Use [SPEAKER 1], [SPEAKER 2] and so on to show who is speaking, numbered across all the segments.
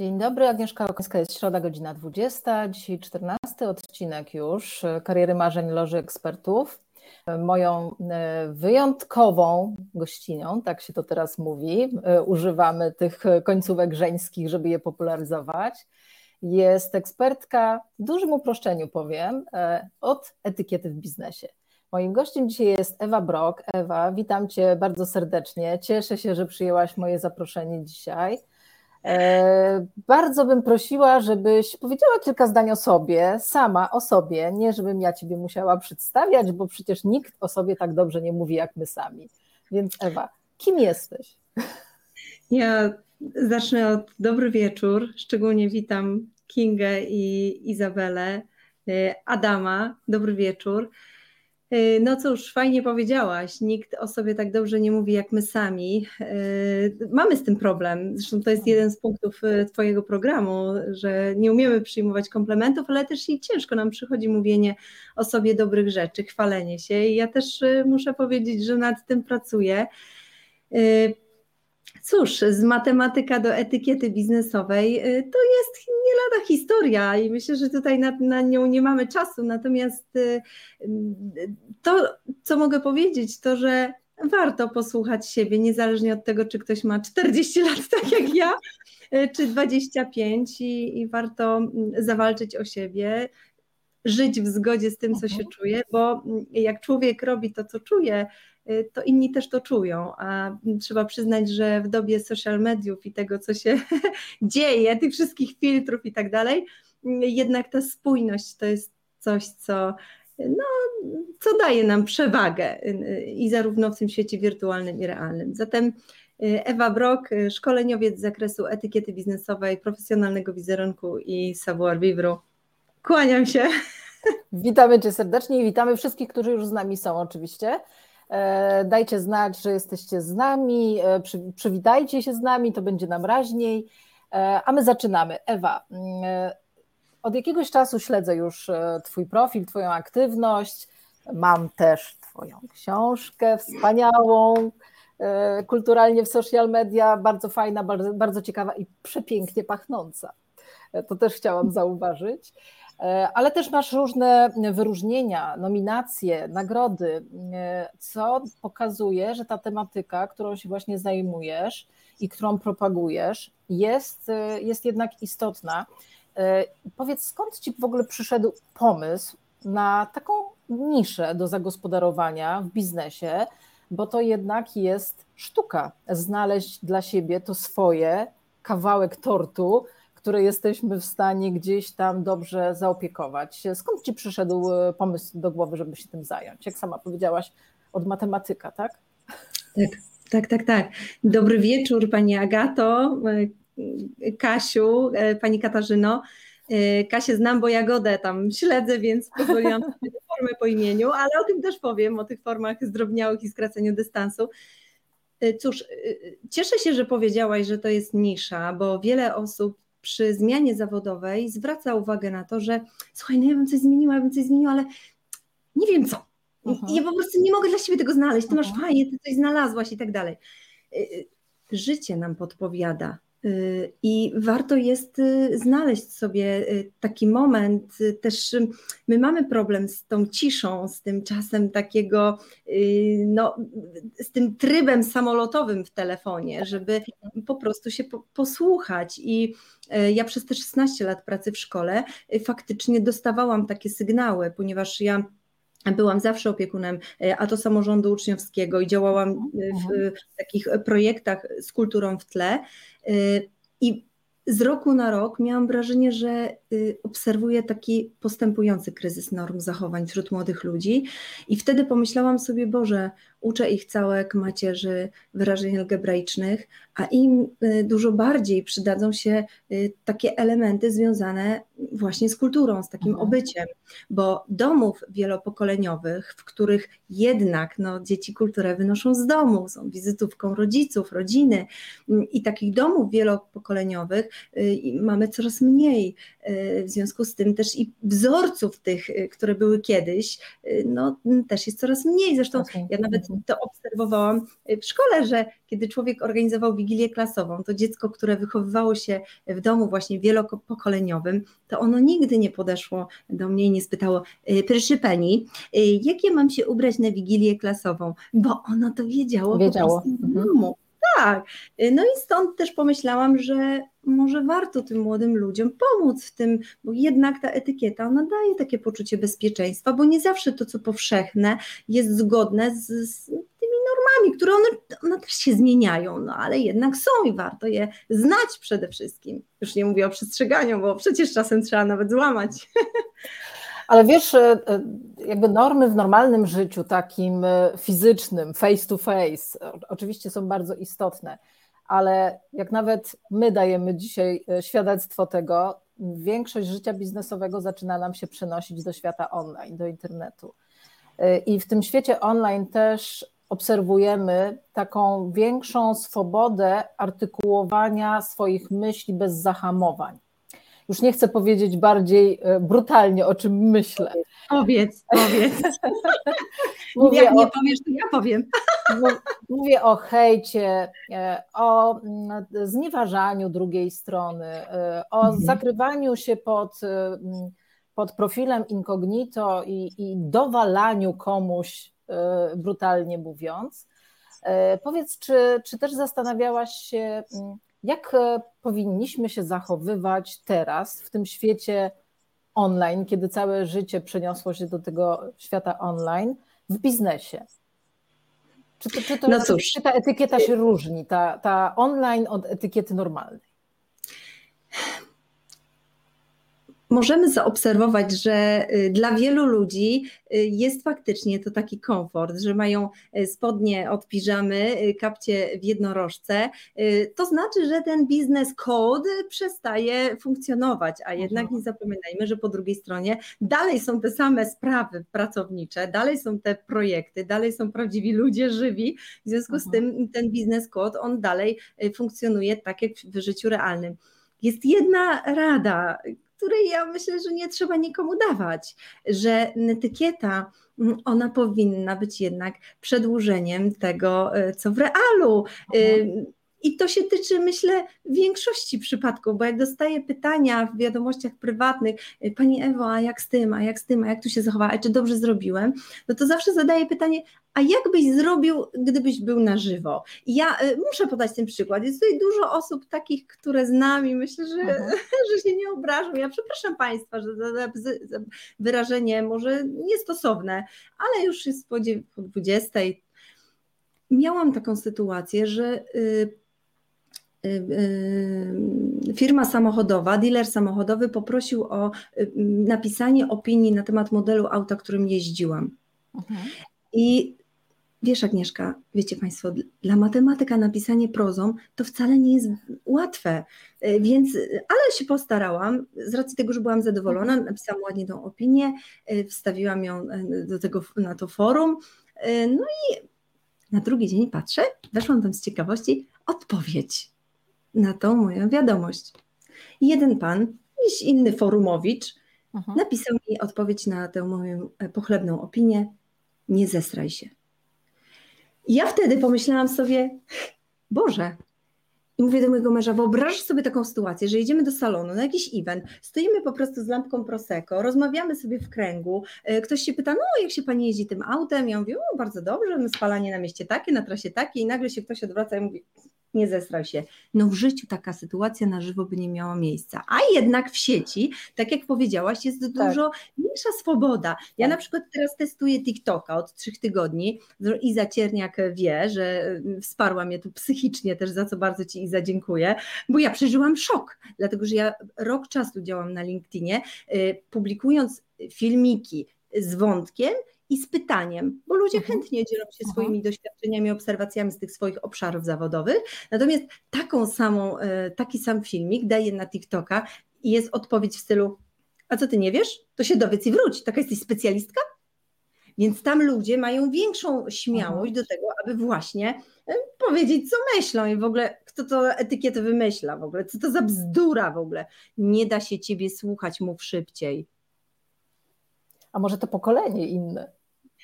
[SPEAKER 1] Dzień dobry, Agnieszka Okońska, jest środa, godzina 20. Dzisiaj 14 odcinek już Kariery Marzeń Loży Ekspertów. Moją wyjątkową gościnią, tak się to teraz mówi, używamy tych końcówek żeńskich, żeby je popularyzować, jest ekspertka, w dużym uproszczeniu powiem, od etykiety w biznesie. Moim gościem dzisiaj jest Ewa Brok. Ewa, witam Cię bardzo serdecznie, cieszę się, że przyjęłaś moje zaproszenie dzisiaj. Bardzo bym prosiła, żebyś powiedziała kilka zdań o sobie, sama o sobie, nie żebym ja Ciebie musiała przedstawiać, bo przecież nikt o sobie tak dobrze nie mówi jak my sami. Więc Ewa, kim jesteś?
[SPEAKER 2] Ja zacznę od dobry wieczór, szczególnie witam Kingę i Izabelę, Adama, dobry wieczór. No cóż, fajnie powiedziałaś, nikt o sobie tak dobrze nie mówi jak my sami. Mamy z tym problem, zresztą to jest jeden z punktów Twojego programu, że nie umiemy przyjmować komplementów, ale też i ciężko nam przychodzi mówienie o sobie dobrych rzeczy, chwalenie się i ja też muszę powiedzieć, że nad tym pracuję. Cóż, z matematyka do etykiety biznesowej to jest nie lada historia i myślę, że tutaj na nią nie mamy czasu, natomiast to, co mogę powiedzieć, to, że warto posłuchać siebie, niezależnie od tego, czy ktoś ma 40 lat, tak jak ja, czy 25 i warto zawalczyć o siebie, żyć w zgodzie z tym, co się czuje, bo jak człowiek robi to, co czuje, to inni też to czują, a trzeba przyznać, że w dobie social mediów i tego, co się dzieje, tych wszystkich filtrów i tak dalej, jednak ta spójność to jest coś, co daje nam przewagę i zarówno w tym świecie wirtualnym i realnym. Zatem Ewa Brok, szkoleniowiec z zakresu etykiety biznesowej, profesjonalnego wizerunku i savoir-vivre. Kłaniam się.
[SPEAKER 1] Witamy Cię serdecznie i witamy wszystkich, którzy już z nami są oczywiście. Dajcie znać, że jesteście z nami, przywitajcie się z nami, to będzie nam raźniej, a my zaczynamy. Ewa, od jakiegoś czasu śledzę już Twój profil, Twoją aktywność, mam też Twoją książkę wspaniałą, kulturalnie w social media, bardzo fajna, bardzo ciekawa i przepięknie pachnąca. To też chciałam zauważyć. Ale też masz różne wyróżnienia, nominacje, nagrody, co pokazuje, że ta tematyka, którą się właśnie zajmujesz i którą propagujesz, jest jednak istotna. Powiedz, skąd Ci w ogóle przyszedł pomysł na taką niszę do zagospodarowania w biznesie, bo to jednak jest sztuka, znaleźć dla siebie to swoje, kawałek tortu, które jesteśmy w stanie gdzieś tam dobrze zaopiekować. Skąd Ci przyszedł pomysł do głowy, żeby się tym zająć? Jak sama powiedziałaś, od matematyka, tak?
[SPEAKER 2] Tak. Dobry wieczór Pani Agato, Kasiu, Pani Katarzyno. Kasię znam, bo Jagodę tam śledzę, więc pozwoliłam sobie formę po imieniu, ale o tym też powiem, o tych formach zdrobniałych i skraceniu dystansu. Cóż, cieszę się, że powiedziałaś, że to jest nisza, bo wiele osób przy zmianie zawodowej zwraca uwagę na to, że słuchaj, no ja bym coś zmieniła, ale nie wiem co. I ja po prostu nie mogę dla siebie tego znaleźć. Ty masz fajnie, ty coś znalazłaś i tak dalej. Życie nam podpowiada i warto jest znaleźć sobie taki moment. Też my mamy problem z tą ciszą, z tym czasem takiego, z tym trybem samolotowym w telefonie, żeby po prostu się posłuchać. I ja przez te 16 lat pracy w szkole faktycznie dostawałam takie sygnały, ponieważ ja byłam zawsze opiekunem, a to samorządu uczniowskiego i działałam w takich projektach z kulturą w tle i z roku na rok miałam wrażenie, że obserwuję taki postępujący kryzys norm zachowań wśród młodych ludzi i wtedy pomyślałam sobie, Boże, uczę ich całek, macierzy, wyrażeń algebraicznych, a im dużo bardziej przydadzą się takie elementy związane właśnie z kulturą, z takim obyciem, bo domów wielopokoleniowych, w których jednak dzieci kulturę wynoszą z domu, są wizytówką rodziców, rodziny i takich domów wielopokoleniowych mamy coraz mniej. W związku z tym też i wzorców tych, które były kiedyś, też jest coraz mniej. Zresztą ja nawet to obserwowałam w szkole, że kiedy człowiek organizował wigilię klasową, to dziecko, które wychowywało się w domu właśnie wielopokoleniowym, to ono nigdy nie podeszło do mnie i nie spytało: proszę pani, jak ja mam się ubrać na wigilię klasową? Bo ono to wiedziało po prostu w domu. Tak, no i stąd też pomyślałam, że może warto tym młodym ludziom pomóc w tym, bo jednak ta etykieta, ona daje takie poczucie bezpieczeństwa, bo nie zawsze to, co powszechne, jest zgodne z tymi normami, które one też się zmieniają, no ale jednak są i warto je znać przede wszystkim. Już nie mówię o przestrzeganiu, bo przecież czasem trzeba nawet złamać.
[SPEAKER 1] Ale wiesz, jakby normy w normalnym życiu, takim fizycznym, face to face, oczywiście są bardzo istotne, ale jak nawet my dajemy dzisiaj świadectwo tego, większość życia biznesowego zaczyna nam się przenosić do świata online, do internetu. I w tym świecie online też obserwujemy taką większą swobodę artykułowania swoich myśli bez zahamowań. Już nie chcę powiedzieć bardziej brutalnie, o czym myślę.
[SPEAKER 2] Powiedz.
[SPEAKER 1] Mówię
[SPEAKER 2] Jak nie powiesz, to ja powiem.
[SPEAKER 1] Mówię o hejcie, o znieważaniu drugiej strony, o zakrywaniu się pod profilem incognito i dowalaniu komuś, brutalnie mówiąc. Powiedz, czy też zastanawiałaś się, jak powinniśmy się zachowywać teraz w tym świecie online, kiedy całe życie przeniosło się do tego świata online w biznesie? Czy ta etykieta się różni, ta online od etykiety normalnej?
[SPEAKER 2] Możemy zaobserwować, że dla wielu ludzi jest faktycznie to taki komfort, że mają spodnie od piżamy, kapcie w jednorożce. To znaczy, że ten biznes code przestaje funkcjonować, a jednak nie zapominajmy, że po drugiej stronie dalej są te same sprawy pracownicze, dalej są te projekty, dalej są prawdziwi ludzie żywi, w związku z tym ten biznes code, on dalej funkcjonuje tak jak w życiu realnym. Jest jedna rada, której ja myślę, że nie trzeba nikomu dawać, że etykieta, ona powinna być jednak przedłużeniem tego, co w realu. I to się tyczy, myślę, większości przypadków, bo jak dostaję pytania w wiadomościach prywatnych: pani Ewo, a jak z tym, a jak tu się zachowała, a czy dobrze zrobiłem, no to zawsze zadaję pytanie: a jak byś zrobił, gdybyś był na żywo? I ja muszę podać ten przykład. Jest tutaj dużo osób takich, które znam i myślę, że się nie obrażą. Ja przepraszam Państwa, że za wyrażenie może niestosowne, ale już jest po 20. Miałam taką sytuację, że firma samochodowa, dealer samochodowy poprosił o napisanie opinii na temat modelu auta, którym jeździłam. I wiesz, Agnieszka, wiecie Państwo, dla matematyka napisanie prozą to wcale nie jest łatwe, ale się postarałam, z racji tego, że byłam zadowolona, napisałam ładnie tą opinię, wstawiłam ją na to forum, no i na drugi dzień patrzę, weszłam tam z ciekawości, odpowiedź na tą moją wiadomość. Jeden pan, jakiś inny forumowicz, napisał mi odpowiedź na tę moją pochlebną opinię: nie zestraj się. I ja wtedy pomyślałam sobie: Boże, i mówię do mojego męża: wyobrażasz sobie taką sytuację, że jedziemy do salonu na jakiś event, stoimy po prostu z lampką Prosecco, rozmawiamy sobie w kręgu, ktoś się pyta: no jak się pani jeździ tym autem? Ja mówię: o, bardzo dobrze, my spalanie na mieście takie, na trasie takie, i nagle się ktoś odwraca i mówi: nie zestraj się. No w życiu taka sytuacja na żywo by nie miała miejsca, a jednak w sieci, tak jak powiedziałaś, jest dużo większa swoboda. Ja na przykład teraz testuję TikToka od 3 tygodni. Iza Cierniak wie, że wsparła mnie tu psychicznie też, za co bardzo Ci, Iza, dziękuję, bo ja przeżyłam szok, dlatego że ja rok czasu działam na LinkedInie, publikując filmiki z wątkiem i z pytaniem, bo ludzie chętnie dzielą się swoimi doświadczeniami, obserwacjami z tych swoich obszarów zawodowych, natomiast taki sam filmik daję na TikToka i jest odpowiedź w stylu: a co ty nie wiesz? To się dowiedz i wróć, taka jesteś specjalistka? Więc tam ludzie mają większą śmiałość do tego, aby właśnie powiedzieć, co myślą, i w ogóle kto to etykietę wymyśla, w ogóle co to za bzdura w ogóle. Nie da się ciebie słuchać, mów szybciej.
[SPEAKER 1] A może to pokolenie inne?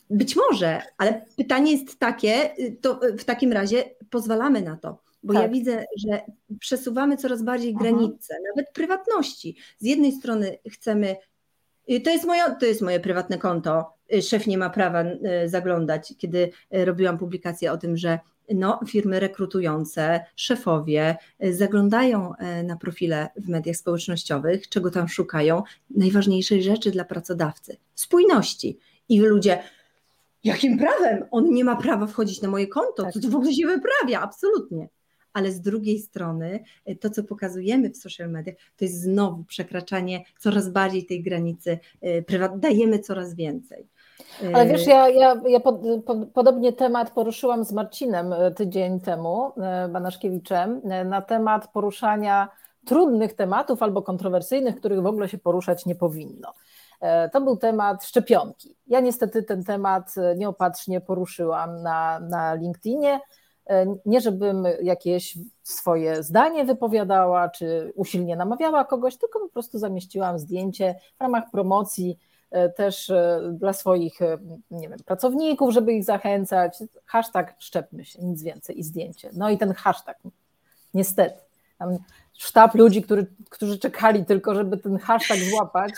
[SPEAKER 2] Być może, ale pytanie jest takie, to w takim razie pozwalamy na to, bo ja widzę, że przesuwamy coraz bardziej granice, nawet prywatności. Z jednej strony chcemy, to jest moje prywatne konto, szef nie ma prawa zaglądać, kiedy robiłam publikację o tym, że firmy rekrutujące, szefowie zaglądają na profile w mediach społecznościowych, czego tam szukają, najważniejszej rzeczy dla pracodawcy, spójności. I ludzie, jakim prawem? On nie ma prawa wchodzić na moje konto, to w ogóle się wyprawia, absolutnie. Ale z drugiej strony to, co pokazujemy w social mediach, to jest znowu przekraczanie coraz bardziej tej granicy, dajemy coraz więcej.
[SPEAKER 1] Ale wiesz, ja podobnie temat poruszyłam z Marcinem tydzień temu, Banaszkiewiczem, na temat poruszania trudnych tematów albo kontrowersyjnych, których w ogóle się poruszać nie powinno. To był temat szczepionki. Ja niestety ten temat nieopatrznie poruszyłam na LinkedInie. Nie żebym jakieś swoje zdanie wypowiadała, czy usilnie namawiała kogoś, tylko po prostu zamieściłam zdjęcie w ramach promocji też dla swoich, nie wiem, pracowników, żeby ich zachęcać. Hashtag szczepmy się, nic więcej i zdjęcie. No i ten hashtag, niestety, tam sztab ludzi, którzy czekali tylko, żeby ten hashtag złapać.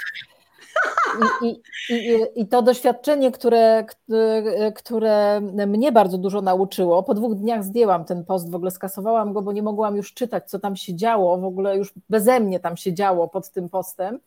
[SPEAKER 1] I to doświadczenie, które mnie bardzo dużo nauczyło, po 2 dniach zdjęłam ten post, w ogóle skasowałam go, bo nie mogłam już czytać, co tam się działo, w ogóle już beze mnie tam się działo pod tym postem,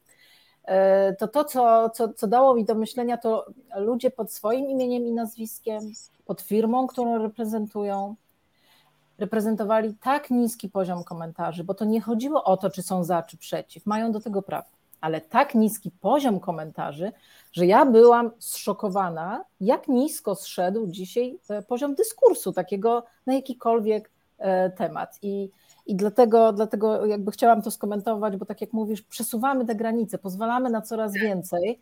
[SPEAKER 1] co dało mi do myślenia, to ludzie pod swoim imieniem i nazwiskiem, pod firmą, którą reprezentowali tak niski poziom komentarzy, bo to nie chodziło o to, czy są za, czy przeciw, mają do tego prawo, ale tak niski poziom komentarzy, że ja byłam zszokowana, jak nisko zszedł dzisiaj poziom dyskursu takiego na jakikolwiek temat. I dlatego jakby chciałam to skomentować, bo tak jak mówisz, przesuwamy te granice, pozwalamy na coraz więcej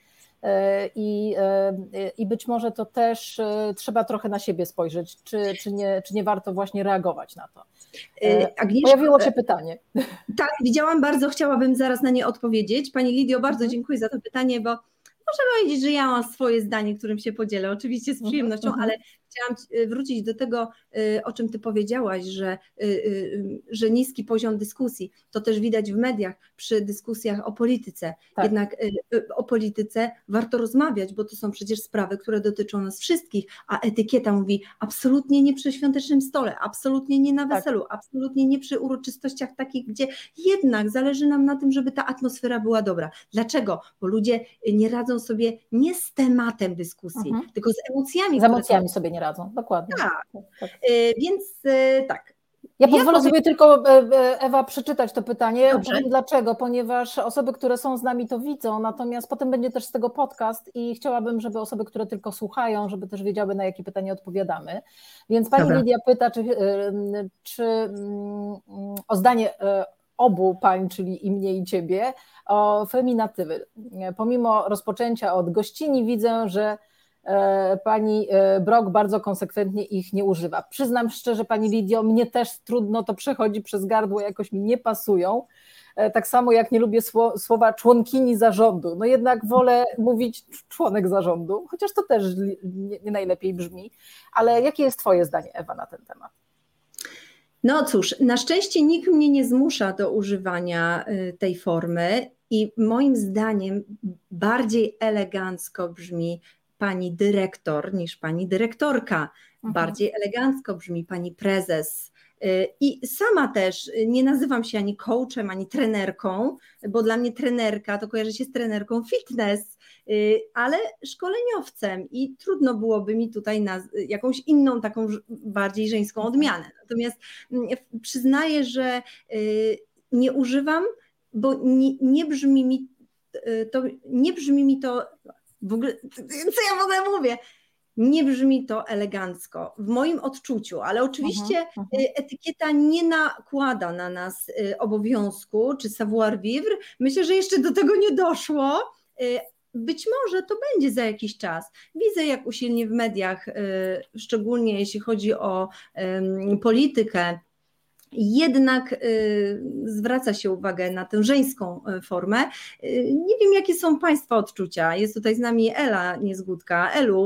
[SPEAKER 1] i być może to też trzeba trochę na siebie spojrzeć, czy nie warto właśnie reagować na to.
[SPEAKER 2] Agnieszko,
[SPEAKER 1] pojawiło się pytanie.
[SPEAKER 2] Tak, widziałam, bardzo chciałabym zaraz na nie odpowiedzieć. Pani Lidio, bardzo dziękuję za to pytanie, bo muszę powiedzieć, że ja mam swoje zdanie, którym się podzielę, oczywiście z przyjemnością, ale chciałam wrócić do tego, o czym Ty powiedziałaś, że niski poziom dyskusji, to też widać w mediach przy dyskusjach o polityce. Tak. Jednak o polityce warto rozmawiać, bo to są przecież sprawy, które dotyczą nas wszystkich, a etykieta mówi absolutnie nie przy świątecznym stole, absolutnie nie na weselu, absolutnie nie przy uroczystościach takich, gdzie jednak zależy nam na tym, żeby ta atmosfera była dobra. Dlaczego? Bo ludzie nie radzą sobie nie z tematem dyskusji, tylko z emocjami.
[SPEAKER 1] Z emocjami sobie nie radzą, dokładnie.
[SPEAKER 2] Tak. Więc tak.
[SPEAKER 1] Ja pozwolę sobie tylko, Ewa, przeczytać to pytanie.
[SPEAKER 2] Dobrze.
[SPEAKER 1] Powiem dlaczego, ponieważ osoby, które są z nami, to widzą, natomiast potem będzie też z tego podcast i chciałabym, żeby osoby, które tylko słuchają, żeby też wiedziały, na jakie pytanie odpowiadamy. Więc pani Lidia pyta, czy o zdanie obu pań, czyli i mnie, i ciebie, o feminatywy. Pomimo rozpoczęcia od gościni widzę, że pani Brok bardzo konsekwentnie ich nie używa. Przyznam szczerze, pani Lidio, mnie też trudno to przechodzi przez gardło, jakoś mi nie pasują. Tak samo jak nie lubię słowa członkini zarządu. No jednak wolę mówić członek zarządu, chociaż to też nie najlepiej brzmi. Ale jakie jest twoje zdanie, Ewa, na ten temat?
[SPEAKER 2] No cóż, na szczęście nikt mnie nie zmusza do używania tej formy i moim zdaniem bardziej elegancko brzmi pani dyrektor niż pani dyrektorka. Bardziej elegancko brzmi pani prezes. I sama też nie nazywam się ani coachem, ani trenerką, bo dla mnie trenerka to kojarzy się z trenerką fitness, ale szkoleniowcem i trudno byłoby mi tutaj na jakąś inną, taką bardziej żeńską odmianę. Natomiast przyznaję, że nie używam, bo nie brzmi mi to w ogóle, co ja w ogóle mówię? Nie brzmi to elegancko w moim odczuciu, ale oczywiście etykieta nie nakłada na nas obowiązku czy savoir-vivre. Myślę, że jeszcze do tego nie doszło. Być może to będzie za jakiś czas. Widzę, jak usilnie w mediach, szczególnie jeśli chodzi o politykę, jednak zwraca się uwagę na tę żeńską formę. Nie wiem, jakie są Państwa odczucia. Jest tutaj z nami Ela Niezgódka. Elu,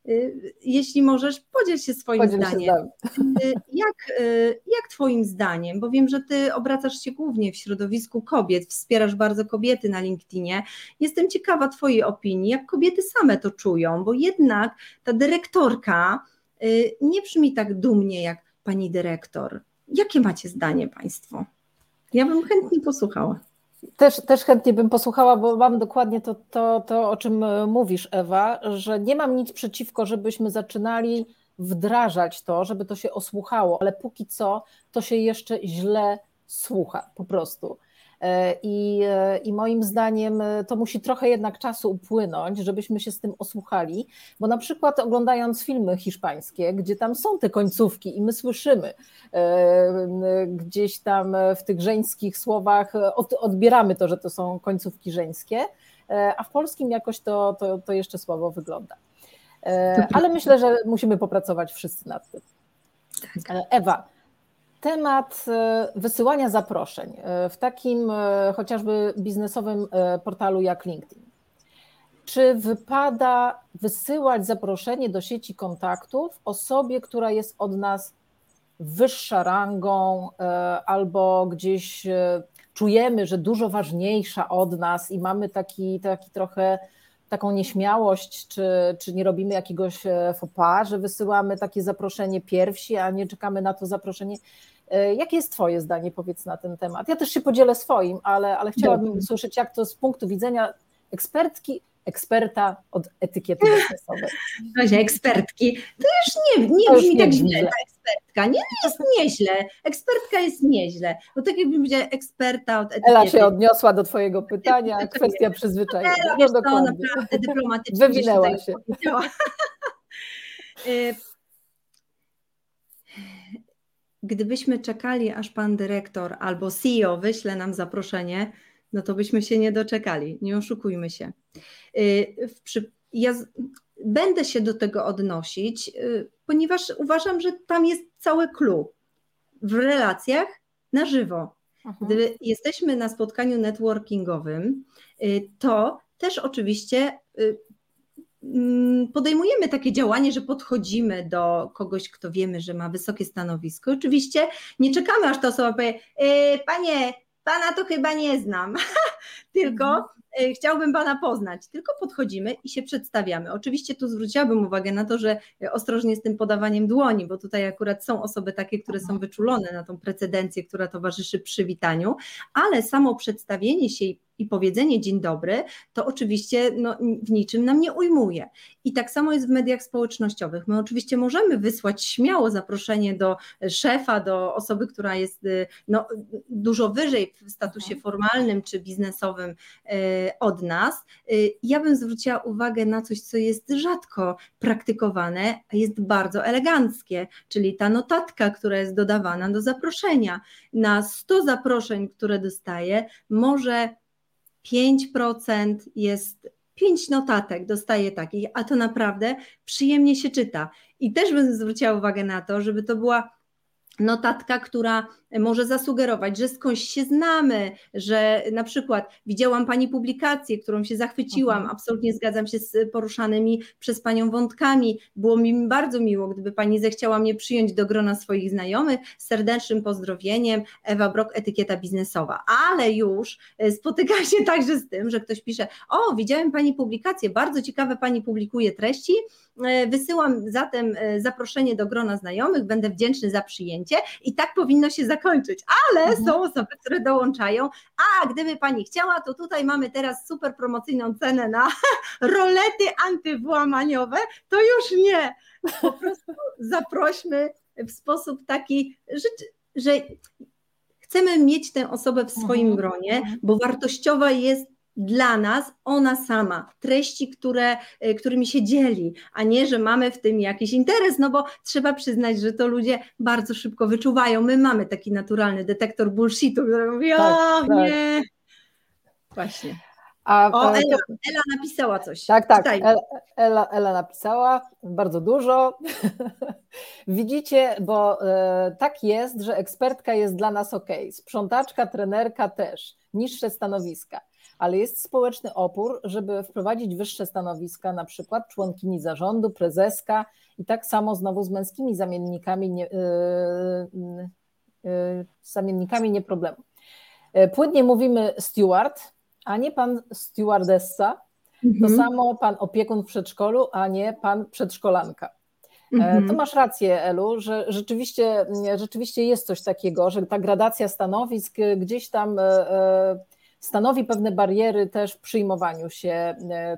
[SPEAKER 2] Jeśli możesz, podziel się swoim
[SPEAKER 1] Podziel się
[SPEAKER 2] zdaniem.
[SPEAKER 1] zdanie.
[SPEAKER 2] Jak Twoim zdaniem, bo wiem, że Ty obracasz się głównie w środowisku kobiet, wspierasz bardzo kobiety na LinkedInie. Jestem ciekawa Twojej opinii, jak kobiety same to czują, bo jednak ta dyrektorka nie brzmi tak dumnie jak pani dyrektor. Jakie macie zdanie Państwo? Ja bym chętnie posłuchała.
[SPEAKER 1] Też chętnie bym posłuchała, bo mam dokładnie to, o czym mówisz, Ewa, że nie mam nic przeciwko, żebyśmy zaczynali wdrażać to, żeby to się osłuchało, ale póki co to się jeszcze źle słucha po prostu. I moim zdaniem to musi trochę jednak czasu upłynąć, żebyśmy się z tym osłuchali, bo na przykład oglądając filmy hiszpańskie, gdzie tam są te końcówki i my słyszymy gdzieś tam w tych żeńskich słowach, odbieramy to, że to są końcówki żeńskie, a w polskim jakoś to jeszcze słabo wygląda. Ale myślę, że musimy popracować wszyscy nad tym. Tak. Ewa, temat wysyłania zaproszeń w takim chociażby biznesowym portalu jak LinkedIn. Czy wypada wysyłać zaproszenie do sieci kontaktów osobie, która jest od nas wyższa rangą albo gdzieś czujemy, że dużo ważniejsza od nas i mamy taki trochę taką nieśmiałość, czy nie robimy jakiegoś faux pas, że wysyłamy takie zaproszenie pierwsi, a nie czekamy na to zaproszenie. Jakie jest Twoje zdanie, powiedz, na ten temat? Ja też się podzielę swoim, ale chciałabym usłyszeć, jak to z punktu widzenia eksperta od etykiety biznesowej.
[SPEAKER 2] Właśnie, ekspertki. To już nie brzmi tak źle, ta ekspertka. Nie jest nieźle. Ekspertka jest nieźle. Bo tak jakbym powiedziała eksperta od etykiety.
[SPEAKER 1] Ela się odniosła do Twojego pytania, kwestia przyzwyczajenia.
[SPEAKER 2] No dokładnie. To naprawdę dyplomatycznie
[SPEAKER 1] wywinęła się.
[SPEAKER 2] Gdybyśmy czekali, aż pan dyrektor albo CEO wyśle nam zaproszenie, no to byśmy się nie doczekali, nie oszukujmy się. Ja będę się do tego odnosić, ponieważ uważam, że tam jest cały clue w relacjach na żywo. Gdy jesteśmy na spotkaniu networkingowym, to też oczywiście podejmujemy takie działanie, że podchodzimy do kogoś, kto wiemy, że ma wysokie stanowisko. Oczywiście nie czekamy, aż ta osoba powie: panie, pana to chyba nie znam, tylko chciałbym pana poznać. Tylko podchodzimy i się przedstawiamy. Oczywiście tu zwróciłabym uwagę na to, że ostrożnie z tym podawaniem dłoni, bo tutaj akurat są osoby takie, które są wyczulone na tą precedencję, która towarzyszy przywitaniu, ale samo przedstawienie się i powiedzenie dzień dobry, to oczywiście w niczym nam nie ujmuje. I tak samo jest w mediach społecznościowych. My oczywiście możemy wysłać śmiało zaproszenie do szefa, do osoby, która jest dużo wyżej w statusie formalnym czy biznesowym od nas. Ja bym zwróciła uwagę na coś, co jest rzadko praktykowane, a jest bardzo eleganckie, czyli ta notatka, która jest dodawana do zaproszenia. Na 100 zaproszeń, które dostaję, może 5% jest, 5 notatek dostaję takich, a to naprawdę przyjemnie się czyta. I też bym zwróciła uwagę na to, żeby to była notatka, która może zasugerować, że skądś się znamy, że na przykład widziałam pani publikację, którą się zachwyciłam, absolutnie zgadzam się z poruszanymi przez panią wątkami, było mi bardzo miło, gdyby pani zechciała mnie przyjąć do grona swoich znajomych, z serdecznym pozdrowieniem, Ewa Brok, etykieta biznesowa, ale już spotykam się także z tym, że ktoś pisze: o, widziałem pani publikację, bardzo ciekawe pani publikuje treści, wysyłam zatem zaproszenie do grona znajomych, będę wdzięczny za przyjęcie i tak powinno się zakończyć, ale są osoby, które dołączają: a gdyby pani chciała, to tutaj mamy teraz super promocyjną cenę na rolety antywłamaniowe, to już nie, po prostu zaprośmy w sposób taki, że chcemy mieć tę osobę w swoim gronie, bo wartościowa jest dla nas ona sama, treści, którymi się dzieli, a nie, że mamy w tym jakiś interes, no bo trzeba przyznać, że to ludzie bardzo szybko wyczuwają. My mamy taki naturalny detektor bullshitu, który mówi: nie. Właśnie. Ela napisała coś.
[SPEAKER 1] Tak. Ela napisała bardzo dużo. Widzicie, bo tak jest, że ekspertka jest dla nas ok, sprzątaczka, trenerka też, niższe stanowiska. ale jest społeczny opór, żeby wprowadzić wyższe stanowiska, na przykład członkini zarządu, prezeska i tak samo znowu z męskimi zamiennikami nie problemu. Płynnie mówimy steward, a nie pan stewardessa, to samo pan opiekun w przedszkolu, a nie pan przedszkolanka. To masz rację, Elu, że rzeczywiście jest coś takiego, że ta gradacja stanowisk gdzieś tam stanowi pewne bariery też w przyjmowaniu się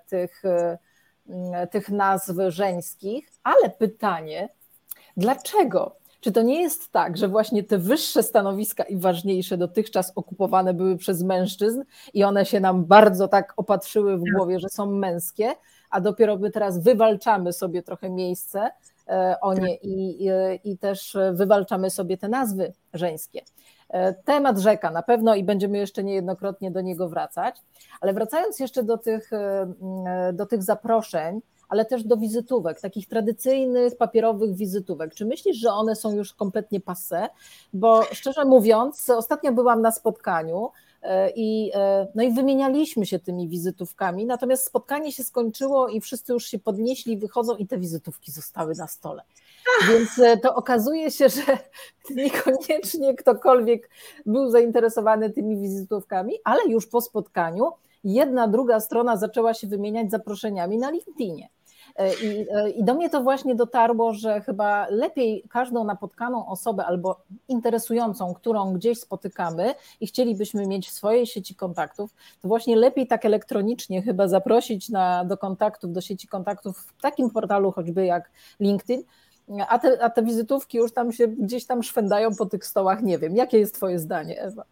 [SPEAKER 1] tych nazw żeńskich, ale pytanie, dlaczego? Czy to nie jest tak, że właśnie te wyższe stanowiska i ważniejsze dotychczas okupowane były przez mężczyzn i one się nam bardzo tak opatrzyły w głowie, że są męskie, a dopiero my teraz wywalczamy sobie trochę miejsce o nie i też wywalczamy sobie te nazwy żeńskie. Temat rzeka na pewno i będziemy jeszcze niejednokrotnie do niego wracać, ale wracając jeszcze do tych zaproszeń, ale też do wizytówek, takich tradycyjnych papierowych wizytówek. Czy myślisz, że one są już kompletnie passé? Bo szczerze mówiąc, ostatnio byłam na spotkaniu i wymienialiśmy się tymi wizytówkami, natomiast spotkanie się skończyło i wszyscy już się podnieśli, wychodzą i te wizytówki zostały na stole. Więc to okazuje się, że niekoniecznie ktokolwiek był zainteresowany tymi wizytówkami, ale już po spotkaniu jedna, druga strona zaczęła się wymieniać zaproszeniami na LinkedInie. I do mnie to właśnie dotarło, że chyba lepiej każdą napotkaną osobę albo interesującą, którą gdzieś spotykamy i chcielibyśmy mieć w swojej sieci kontaktów, to właśnie lepiej tak elektronicznie chyba zaprosić do kontaktów, do sieci kontaktów w takim portalu choćby jak LinkedIn, a te wizytówki już tam się gdzieś tam szwędają po tych stołach. Nie wiem, jakie jest twoje zdanie, Ewa?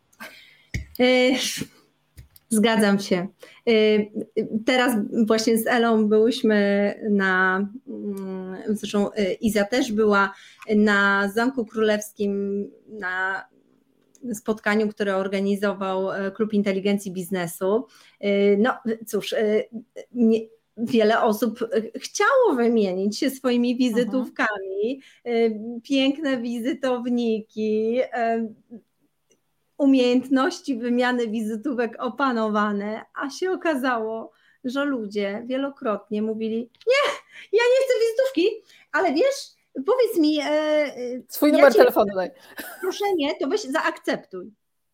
[SPEAKER 2] Zgadzam się. Teraz właśnie z Elą byłyśmy zresztą Iza też była na Zamku Królewskim na spotkaniu, które organizował Klub Inteligencji Biznesu. No cóż, wiele osób chciało wymienić się swoimi wizytówkami, piękne wizytowniki, umiejętności wymiany wizytówek opanowane, a się okazało, że ludzie wielokrotnie mówili: nie, ja nie chcę wizytówki, ale wiesz, powiedz mi...
[SPEAKER 1] Swój numer telefonu daj.
[SPEAKER 2] Proszę nie, to weź zaakceptuj.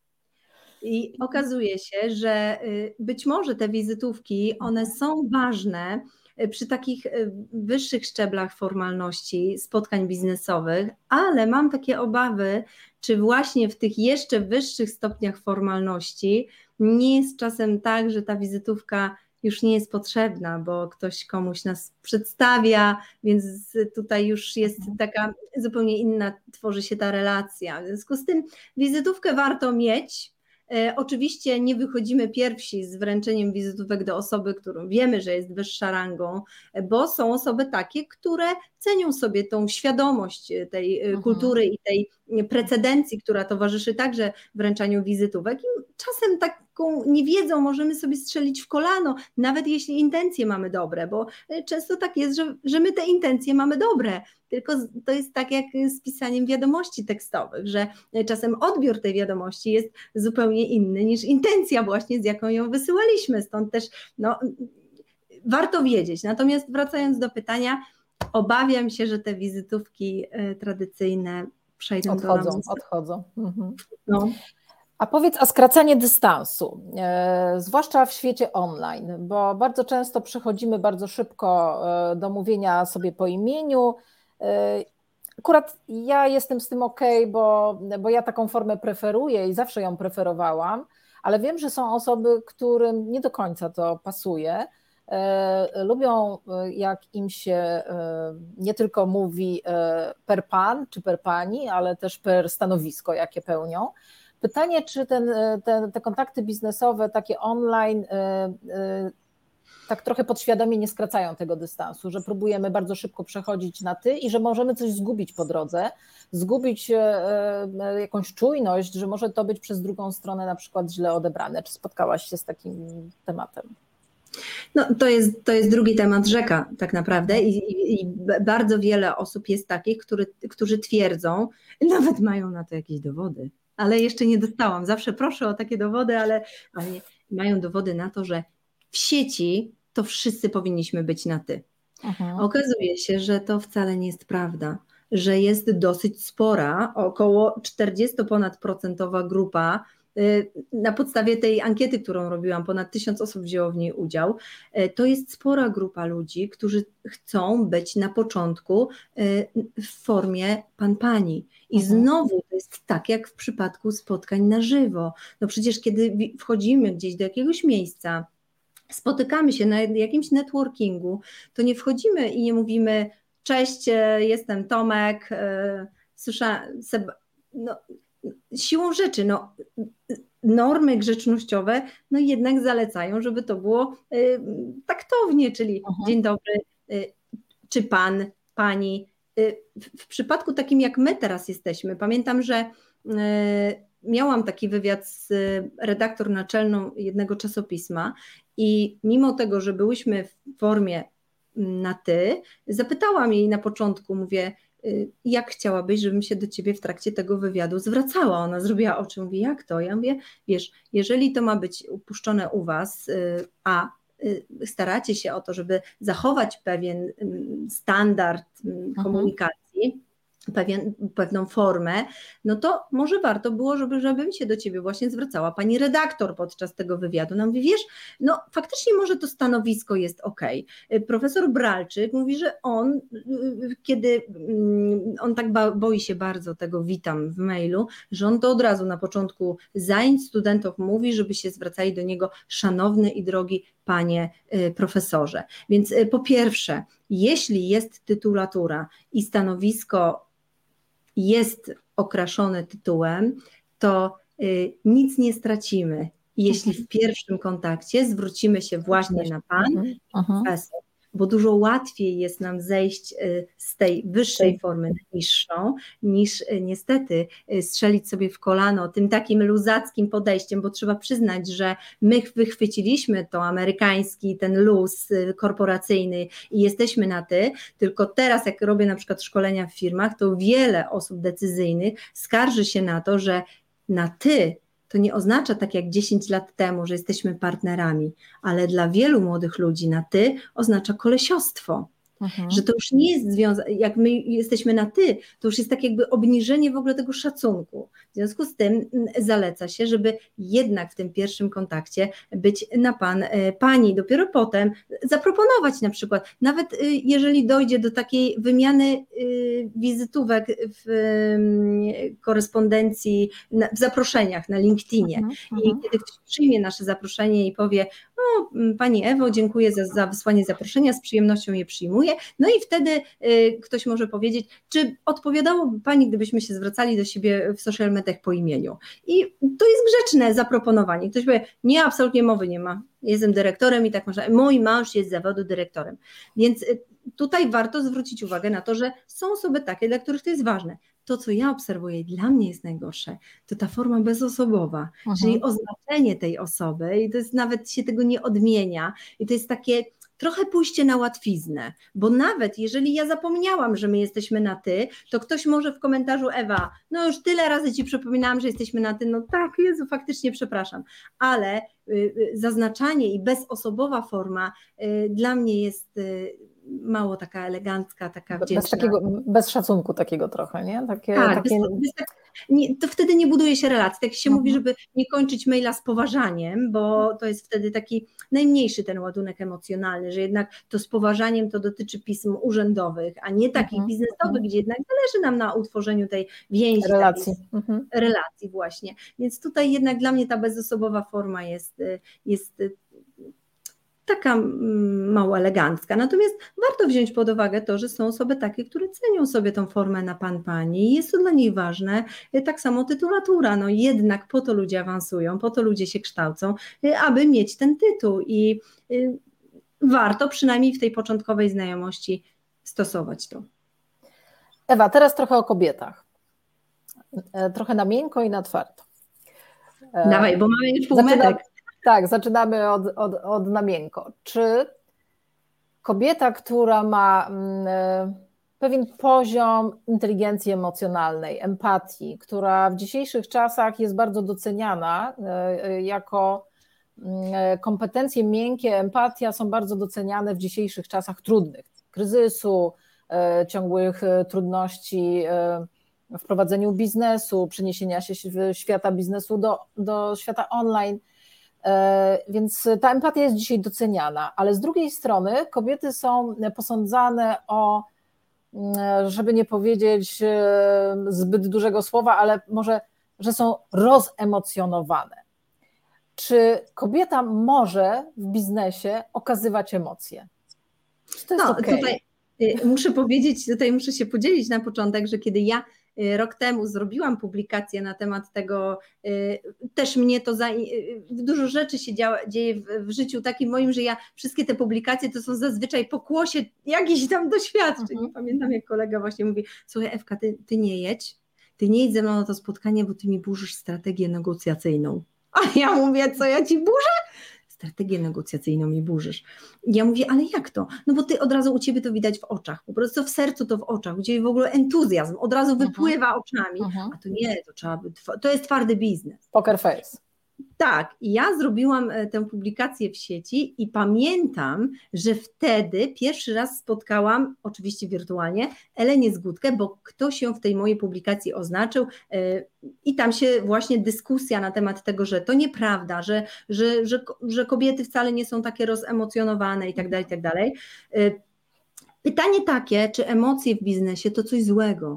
[SPEAKER 2] I okazuje się, że być może te wizytówki, one są ważne przy takich wyższych szczeblach formalności, spotkań biznesowych, ale mam takie obawy, czy właśnie w tych jeszcze wyższych stopniach formalności nie jest czasem tak, że ta wizytówka już nie jest potrzebna, bo ktoś komuś nas przedstawia, więc tutaj już jest taka zupełnie inna, tworzy się ta relacja. W związku z tym wizytówkę warto mieć. Oczywiście nie wychodzimy pierwsi z wręczeniem wizytówek do osoby, którą wiemy, że jest wyższa rangą, bo są osoby takie, które cenią sobie tą świadomość tej kultury i tej precedencji, która towarzyszy także wręczaniu wizytówek. I czasem taką niewiedzą możemy sobie strzelić w kolano, nawet jeśli intencje mamy dobre, bo często tak jest, że my te intencje mamy dobre, tylko to jest tak jak z pisaniem wiadomości tekstowych, że czasem odbiór tej wiadomości jest zupełnie inny niż intencja właśnie, z jaką ją wysyłaliśmy, stąd też warto wiedzieć. Natomiast wracając do pytania, obawiam się, że te wizytówki tradycyjne przejdą do lamusa.
[SPEAKER 1] Odchodzą. No. A powiedz, a skracanie dystansu, zwłaszcza w świecie online, bo bardzo często przechodzimy bardzo szybko do mówienia sobie po imieniu. Akurat ja jestem z tym okej, bo ja taką formę preferuję i zawsze ją preferowałam, ale wiem, że są osoby, którym nie do końca to pasuje. Lubią, jak im się nie tylko mówi per pan czy per pani, ale też per stanowisko, jakie pełnią. Pytanie, czy te kontakty biznesowe, takie online, tak trochę podświadomie nie skracają tego dystansu, że próbujemy bardzo szybko przechodzić na ty i że możemy coś zgubić po drodze, zgubić jakąś czujność, że może to być przez drugą stronę na przykład źle odebrane. Czy spotkałaś się z takim tematem?
[SPEAKER 2] No, to jest drugi temat rzeka tak naprawdę i bardzo wiele osób jest takich, którzy twierdzą, nawet mają na to jakieś dowody, ale jeszcze nie dostałam. Zawsze proszę o takie dowody, ale mają dowody na to, że w sieci to wszyscy powinniśmy być na ty. Okazuje się, że to wcale nie jest prawda, że jest dosyć spora, około 40% grupa. Na podstawie tej ankiety, którą robiłam, ponad 1000 osób wzięło w niej udział. To jest spora grupa ludzi, którzy chcą być na początku w formie pan-pani. I znowu to jest tak, jak w przypadku spotkań na żywo. No przecież kiedy wchodzimy gdzieś do jakiegoś miejsca, spotykamy się na jakimś networkingu, to nie wchodzimy i nie mówimy: cześć, jestem Tomek, no, siłą rzeczy, no, normy grzecznościowe no jednak zalecają, żeby to było taktownie, czyli dzień dobry, czy pan, pani. W przypadku takim, jak my teraz jesteśmy, pamiętam, że miałam taki wywiad z redaktor naczelną jednego czasopisma i mimo tego, że byłyśmy w formie na ty, zapytałam jej na początku, mówię: jak chciałabyś, żebym się do ciebie w trakcie tego wywiadu zwracała? Ona zrobiła oczy, mówi: jak to? Ja mówię: wiesz, jeżeli to ma być upuszczone u was, a staracie się o to, żeby zachować pewien standard komunikacji, pewną formę, no to może warto było, żebym się do ciebie właśnie zwracała pani redaktor podczas tego wywiadu. No mówi: wiesz, no faktycznie może to stanowisko jest okej. Profesor Bralczyk mówi, że on, kiedy on tak boi się bardzo tego, witam w mailu, że on to od razu na początku zajęć studentom mówi, żeby się zwracali do niego: szanowny i drogi panie profesorze. Więc po pierwsze, jeśli jest tytulatura i stanowisko jest okraszone tytułem, to nic nie stracimy, jeśli w pierwszym kontakcie zwrócimy się właśnie na pan i profesor, bo dużo łatwiej jest nam zejść z tej wyższej formy na niższą, niż niestety strzelić sobie w kolano tym takim luzackim podejściem, bo trzeba przyznać, że my wychwyciliśmy to amerykański, ten luz korporacyjny i jesteśmy na ty, tylko teraz jak robię na przykład szkolenia w firmach, to wiele osób decyzyjnych skarży się na to, że na ty to nie oznacza tak jak 10 lat temu, że jesteśmy partnerami, ale dla wielu młodych ludzi na ty oznacza kolesiostwo. Że to już nie jest związane, jak my jesteśmy na ty, to już jest tak jakby obniżenie w ogóle tego szacunku. W związku z tym zaleca się, żeby jednak w tym pierwszym kontakcie być na pan, pani, dopiero potem zaproponować na przykład, nawet jeżeli dojdzie do takiej wymiany wizytówek w korespondencji, w zaproszeniach na LinkedInie i kiedy ktoś przyjmie nasze zaproszenie i powie: o, pani Ewo, dziękuję za wysłanie zaproszenia, z przyjemnością je przyjmuję. No i wtedy ktoś może powiedzieć: czy odpowiadałoby pani, gdybyśmy się zwracali do siebie w social mediach po imieniu? I to jest grzeczne zaproponowanie. Ktoś powie: nie, absolutnie mowy nie ma, jestem dyrektorem i tak można, mój mąż jest z zawodu dyrektorem. Więc tutaj warto zwrócić uwagę na to, że są osoby takie, dla których to jest ważne. To, co ja obserwuję i dla mnie jest najgorsze, to ta forma bezosobowa, czyli oznaczenie tej osoby i to jest, nawet się tego nie odmienia i to jest takie trochę pójście na łatwiznę, bo nawet jeżeli ja zapomniałam, że my jesteśmy na ty, to ktoś może w komentarzu: Ewa, no już tyle razy ci przypominałam, że jesteśmy na ty, no tak, Jezu, faktycznie przepraszam, ale zaznaczanie i bezosobowa forma dla mnie jest mało taka elegancka, taka wdzięczna.
[SPEAKER 1] Bez szacunku takiego trochę, nie?
[SPEAKER 2] To wtedy nie buduje się relacji. Tak się mówi, żeby nie kończyć maila z poważaniem, bo to jest wtedy taki najmniejszy ten ładunek emocjonalny, że jednak to z poważaniem to dotyczy pism urzędowych, a nie takich biznesowych, gdzie jednak zależy nam na utworzeniu tej więzi, relacji właśnie. Więc tutaj jednak dla mnie ta bezosobowa forma jest taka mało elegancka. Natomiast warto wziąć pod uwagę to, że są osoby takie, które cenią sobie tą formę na pan, pani i jest to dla nich ważne. Tak samo tytulatura, no jednak po to ludzie awansują, po to ludzie się kształcą, aby mieć ten tytuł i warto przynajmniej w tej początkowej znajomości stosować to.
[SPEAKER 1] Ewa, teraz trochę o kobietach. Trochę na miękko i na twardo.
[SPEAKER 2] Dawaj, bo mamy już półmetek.
[SPEAKER 1] Tak, zaczynamy od na miękko. Czy kobieta, która ma pewien poziom inteligencji emocjonalnej, empatii, która w dzisiejszych czasach jest bardzo doceniana jako kompetencje miękkie, empatia są bardzo doceniane w dzisiejszych czasach trudnych, kryzysu, ciągłych trudności w prowadzeniu biznesu, przeniesienia się z świata biznesu do świata online. Więc ta empatia jest dzisiaj doceniana, ale z drugiej strony kobiety są posądzane o, żeby nie powiedzieć zbyt dużego słowa, ale może, że są rozemocjonowane. Czy kobieta może w biznesie okazywać emocje? Czy to jest okej?
[SPEAKER 2] Tutaj muszę powiedzieć, muszę się podzielić na początek, że kiedy ja rok temu zrobiłam publikację na temat tego, też mnie to dużo rzeczy się dzieje w życiu takim moim, że ja wszystkie te publikacje to są zazwyczaj pokłosie jakichś tam doświadczeń. Pamiętam, jak kolega właśnie mówi: słuchaj, Ewka, ty nie jedź ze mną na to spotkanie, bo ty mi burzysz strategię negocjacyjną. A ja mówię: co ja ci burzę? Strategię negocjacyjną mi burzysz. Ja mówię: ale jak to? No bo ty od razu, u ciebie to widać w oczach, po prostu w sercu to w oczach, u ciebie w ogóle entuzjazm od razu wypływa oczami, a to nie, to jest twardy biznes.
[SPEAKER 1] Poker face.
[SPEAKER 2] Tak, i ja zrobiłam tę publikację w sieci i pamiętam, że wtedy pierwszy raz spotkałam, oczywiście wirtualnie, Elenię Zgódkę, bo ktoś ją w tej mojej publikacji oznaczył i tam się właśnie dyskusja na temat tego, że to nieprawda, że kobiety wcale nie są takie rozemocjonowane i tak dalej, i tak dalej. Pytanie takie, czy emocje w biznesie to coś złego?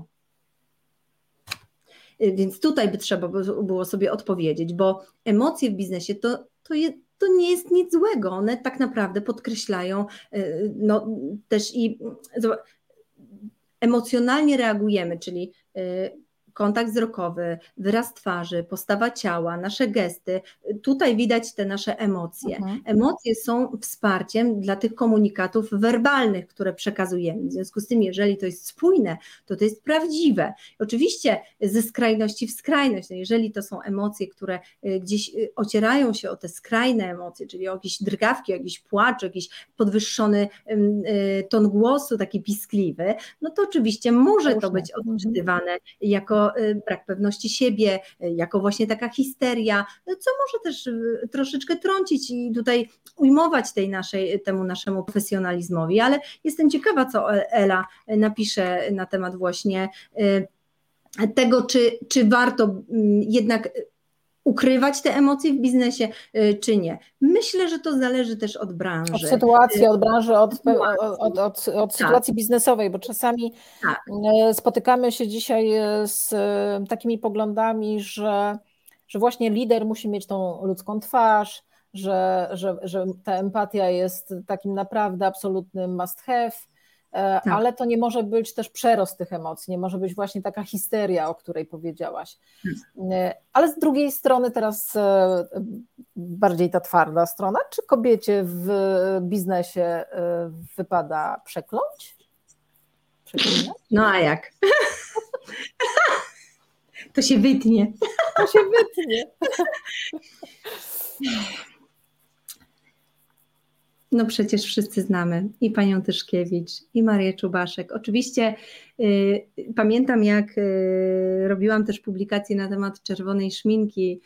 [SPEAKER 2] Więc tutaj by trzeba było sobie odpowiedzieć, bo emocje w biznesie to nie jest nic złego, one tak naprawdę podkreślają, no też i emocjonalnie reagujemy, czyli kontakt wzrokowy, wyraz twarzy, postawa ciała, nasze gesty, tutaj widać te nasze emocje. Emocje są wsparciem dla tych komunikatów werbalnych, które przekazujemy. W związku z tym, jeżeli to jest spójne, to jest prawdziwe. Oczywiście ze skrajności w skrajność, no jeżeli to są emocje, które gdzieś ocierają się o te skrajne emocje, czyli o jakieś drgawki, o jakiś płacz, o jakiś podwyższony ton głosu, taki piskliwy, no to oczywiście może to być odczytywane jako brak pewności siebie, jako właśnie taka histeria, co może też troszeczkę trącić i tutaj ujmować temu naszemu profesjonalizmowi, ale jestem ciekawa, co Ela napisze na temat właśnie tego, czy warto jednak ukrywać te emocje w biznesie, czy nie. Myślę, że to zależy też od branży.
[SPEAKER 1] Od sytuacji, od branży, od sytuacji biznesowej, bo czasami spotykamy się dzisiaj z takimi poglądami, że właśnie lider musi mieć tą ludzką twarz, że ta empatia jest takim naprawdę absolutnym must have, ale to nie może być też przerost tych emocji, nie może być właśnie taka histeria, o której powiedziałaś. Ale z drugiej strony teraz bardziej ta twarda strona, czy kobiecie w biznesie wypada przekląć? Przeklinać?
[SPEAKER 2] No a jak? To się wytnie.
[SPEAKER 1] To się wytnie.
[SPEAKER 2] No przecież wszyscy znamy i panią Tyszkiewicz, i Marię Czubaszek. Oczywiście pamiętam, jak robiłam też publikację na temat czerwonej szminki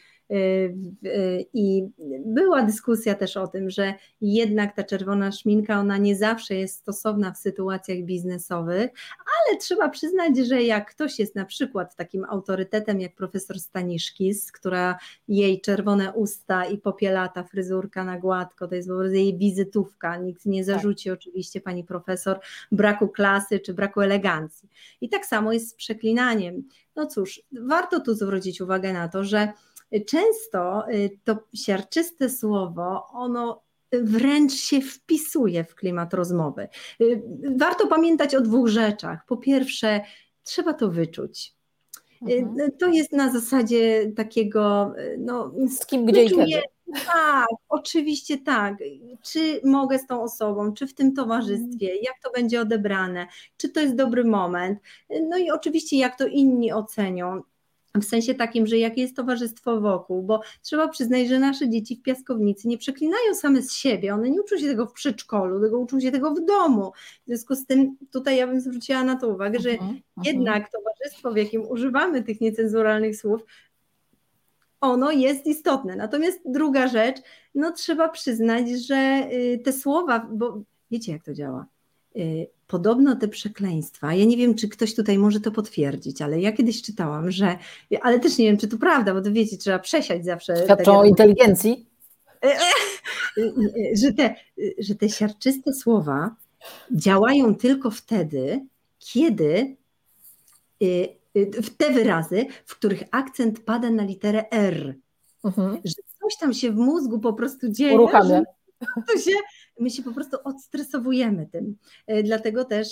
[SPEAKER 2] i była dyskusja też o tym, że jednak ta czerwona szminka, ona nie zawsze jest stosowna w sytuacjach biznesowych, ale trzeba przyznać, że jak ktoś jest na przykład takim autorytetem jak profesor Staniszkis, która jej czerwone usta i popielata fryzurka na gładko, to jest po prostu jej wizytówka, nikt nie zarzuci oczywiście pani profesor braku klasy czy braku elegancji. I tak samo jest z przeklinaniem. No cóż, warto tu zwrócić uwagę na to, że często to siarczyste słowo, ono wręcz się wpisuje w klimat rozmowy. Warto pamiętać o dwóch rzeczach. Po pierwsze, trzeba to wyczuć. To jest na zasadzie takiego, no,
[SPEAKER 1] z kim, gdzie i kiedy.
[SPEAKER 2] Tak, oczywiście tak. Czy mogę z tą osobą, czy w tym towarzystwie, jak to będzie odebrane, czy to jest dobry moment. No i oczywiście jak to inni ocenią. W sensie takim, że jakie jest towarzystwo wokół, bo trzeba przyznać, że nasze dzieci w piaskownicy nie przeklinają same z siebie, one nie uczą się tego w przedszkolu, tylko uczą się tego w domu. W związku z tym tutaj ja bym zwróciła na to uwagę, że jednak towarzystwo, w jakim używamy tych niecenzuralnych słów, ono jest istotne. Natomiast druga rzecz, no trzeba przyznać, że te słowa, bo wiecie jak to działa? Podobno te przekleństwa, ja nie wiem, czy ktoś tutaj może to potwierdzić, ale ja kiedyś czytałam, ale też nie wiem, czy to prawda, bo to wiecie, trzeba przesiać zawsze.
[SPEAKER 1] Świadczą o inteligencji?
[SPEAKER 2] Że te siarczyste słowa działają tylko wtedy, kiedy w te wyrazy, w których akcent pada na literę R, że coś tam się w mózgu po prostu dzieje,
[SPEAKER 1] uruchamia.
[SPEAKER 2] My się po prostu odstresowujemy tym. Dlatego też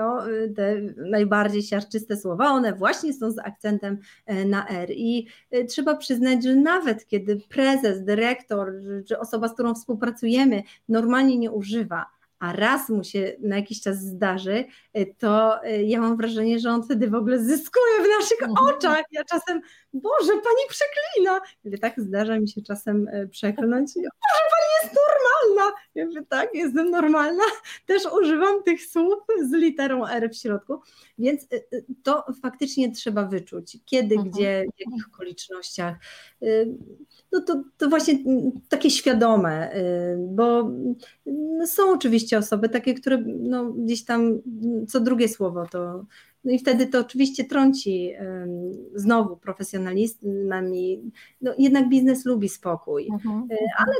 [SPEAKER 2] te najbardziej siarczyste słowa, one właśnie są z akcentem na R. I trzeba przyznać, że nawet kiedy prezes, dyrektor czy osoba, z którą współpracujemy, normalnie nie używa, a raz mu się na jakiś czas zdarzy, to ja mam wrażenie, że on wtedy w ogóle zyskuje w naszych oczach. Ja czasem, Boże, pani przeklina. Tak zdarza mi się czasem przeklnąć. Boże, pani jest normalna. Ja mówię, tak, jestem normalna. Też używam tych słów z literą R w środku. Więc to faktycznie trzeba wyczuć. Kiedy, gdzie, w jakich okolicznościach. No to właśnie takie świadome, bo są oczywiście osoby takie, które gdzieś tam co drugie słowo to, no i wtedy to oczywiście trąci znowu profesjonalizmem i jednak biznes lubi spokój, ale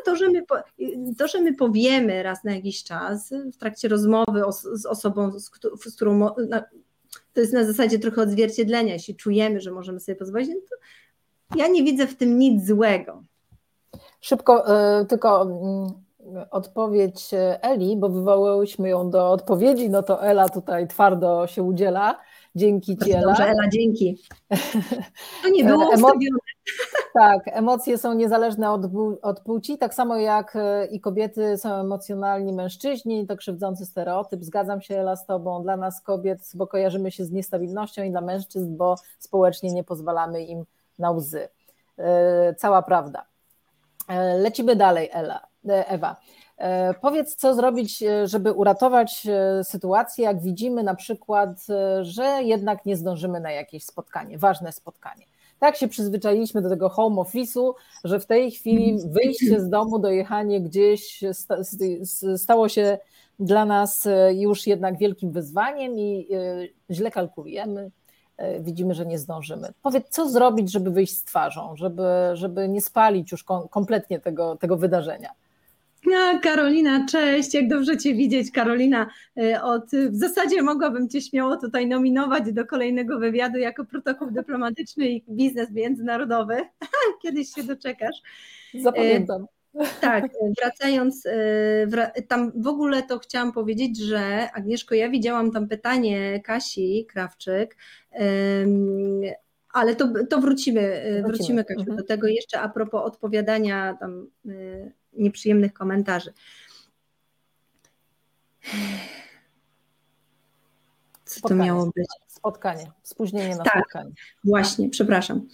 [SPEAKER 2] to, że my powiemy raz na jakiś czas w trakcie rozmowy z osobą, z którą to jest na zasadzie trochę odzwierciedlenia, jeśli czujemy, że możemy sobie pozwolić, no to ja nie widzę w tym nic złego.
[SPEAKER 1] Szybko tylko odpowiedź Eli, bo wywołałyśmy ją do odpowiedzi, no to Ela tutaj twardo się udziela. Dzięki Ci, Ela.
[SPEAKER 2] Dobrze, Ela, dzięki. To nie było ustawione.
[SPEAKER 1] Tak, emocje są niezależne od płci, tak samo jak i kobiety są emocjonalni mężczyźni, to krzywdzący stereotyp. Zgadzam się, Ela, z Tobą. Dla nas kobiet, bo kojarzymy się z niestabilnością, i dla mężczyzn, bo społecznie nie pozwalamy im na łzy. Cała prawda. Lecimy dalej, Ewa. Powiedz, co zrobić, żeby uratować sytuację, jak widzimy na przykład, że jednak nie zdążymy na jakieś spotkanie, ważne spotkanie. Tak się przyzwyczailiśmy do tego home office'u, że w tej chwili wyjście z domu, dojechanie gdzieś stało się dla nas już jednak wielkim wyzwaniem i źle kalkulujemy. Widzimy, że nie zdążymy. Powiedz, co zrobić, żeby wyjść z twarzą, żeby nie spalić już kompletnie tego wydarzenia.
[SPEAKER 2] Karolina, cześć, jak dobrze Cię widzieć, Karolina. W zasadzie mogłabym Cię śmiało tutaj nominować do kolejnego wywiadu jako protokół dyplomatyczny i biznes międzynarodowy. Kiedyś się doczekasz.
[SPEAKER 1] Zapamiętam.
[SPEAKER 2] Tak, wracając, tam w ogóle to chciałam powiedzieć, że Agnieszko, ja widziałam tam pytanie Kasi Krawczyk, ale to wrócimy Kasiu, do tego jeszcze a propos odpowiadania tam nieprzyjemnych komentarzy. Co to miało być?
[SPEAKER 1] Spotkanie, spóźnienie na spotkanie.
[SPEAKER 2] Właśnie, przepraszam.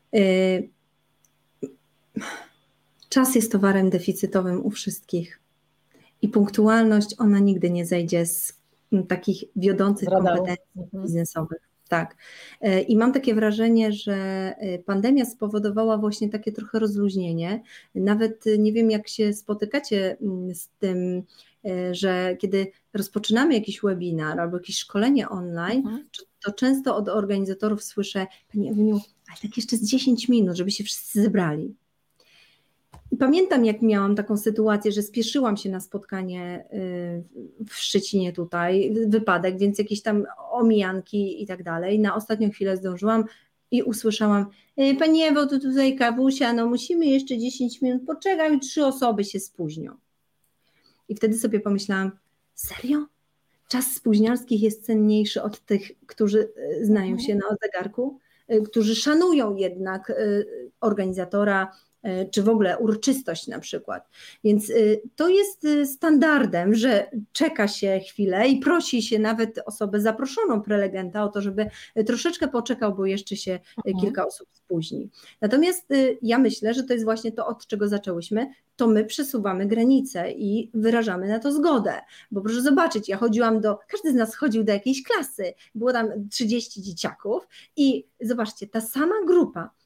[SPEAKER 2] Czas jest towarem deficytowym u wszystkich i punktualność, ona nigdy nie zejdzie z takich wiodących kompetencji biznesowych. Tak. I mam takie wrażenie, że pandemia spowodowała właśnie takie trochę rozluźnienie. Nawet nie wiem, jak się spotykacie z tym, że kiedy rozpoczynamy jakiś webinar albo jakieś szkolenie online, to często od organizatorów słyszę: Pani Ewuniu, ale tak jeszcze z 10 minut, żeby się wszyscy zebrali. I pamiętam, jak miałam taką sytuację, że spieszyłam się na spotkanie w Szczecinie tutaj, wypadek, więc jakieś tam omijanki i tak dalej. Na ostatnią chwilę zdążyłam i usłyszałam: Pani Ewo, to tutaj kawusia, no musimy jeszcze 10 minut poczekać, 3 osoby się spóźnią. I wtedy sobie pomyślałam: serio? Czas spóźnialskich jest cenniejszy od tych, którzy znają się na zegarku, którzy szanują jednak organizatora, czy w ogóle uroczystość na przykład. Więc to jest standardem, że czeka się chwilę i prosi się nawet osobę zaproszoną, prelegenta, o to, żeby troszeczkę poczekał, bo jeszcze się kilka osób spóźni. Natomiast ja myślę, że to jest właśnie to, od czego zaczęłyśmy, to my przesuwamy granice i wyrażamy na to zgodę. Bo proszę zobaczyć, każdy z nas chodził do jakiejś klasy, było tam 30 dzieciaków i zobaczcie, ta sama grupa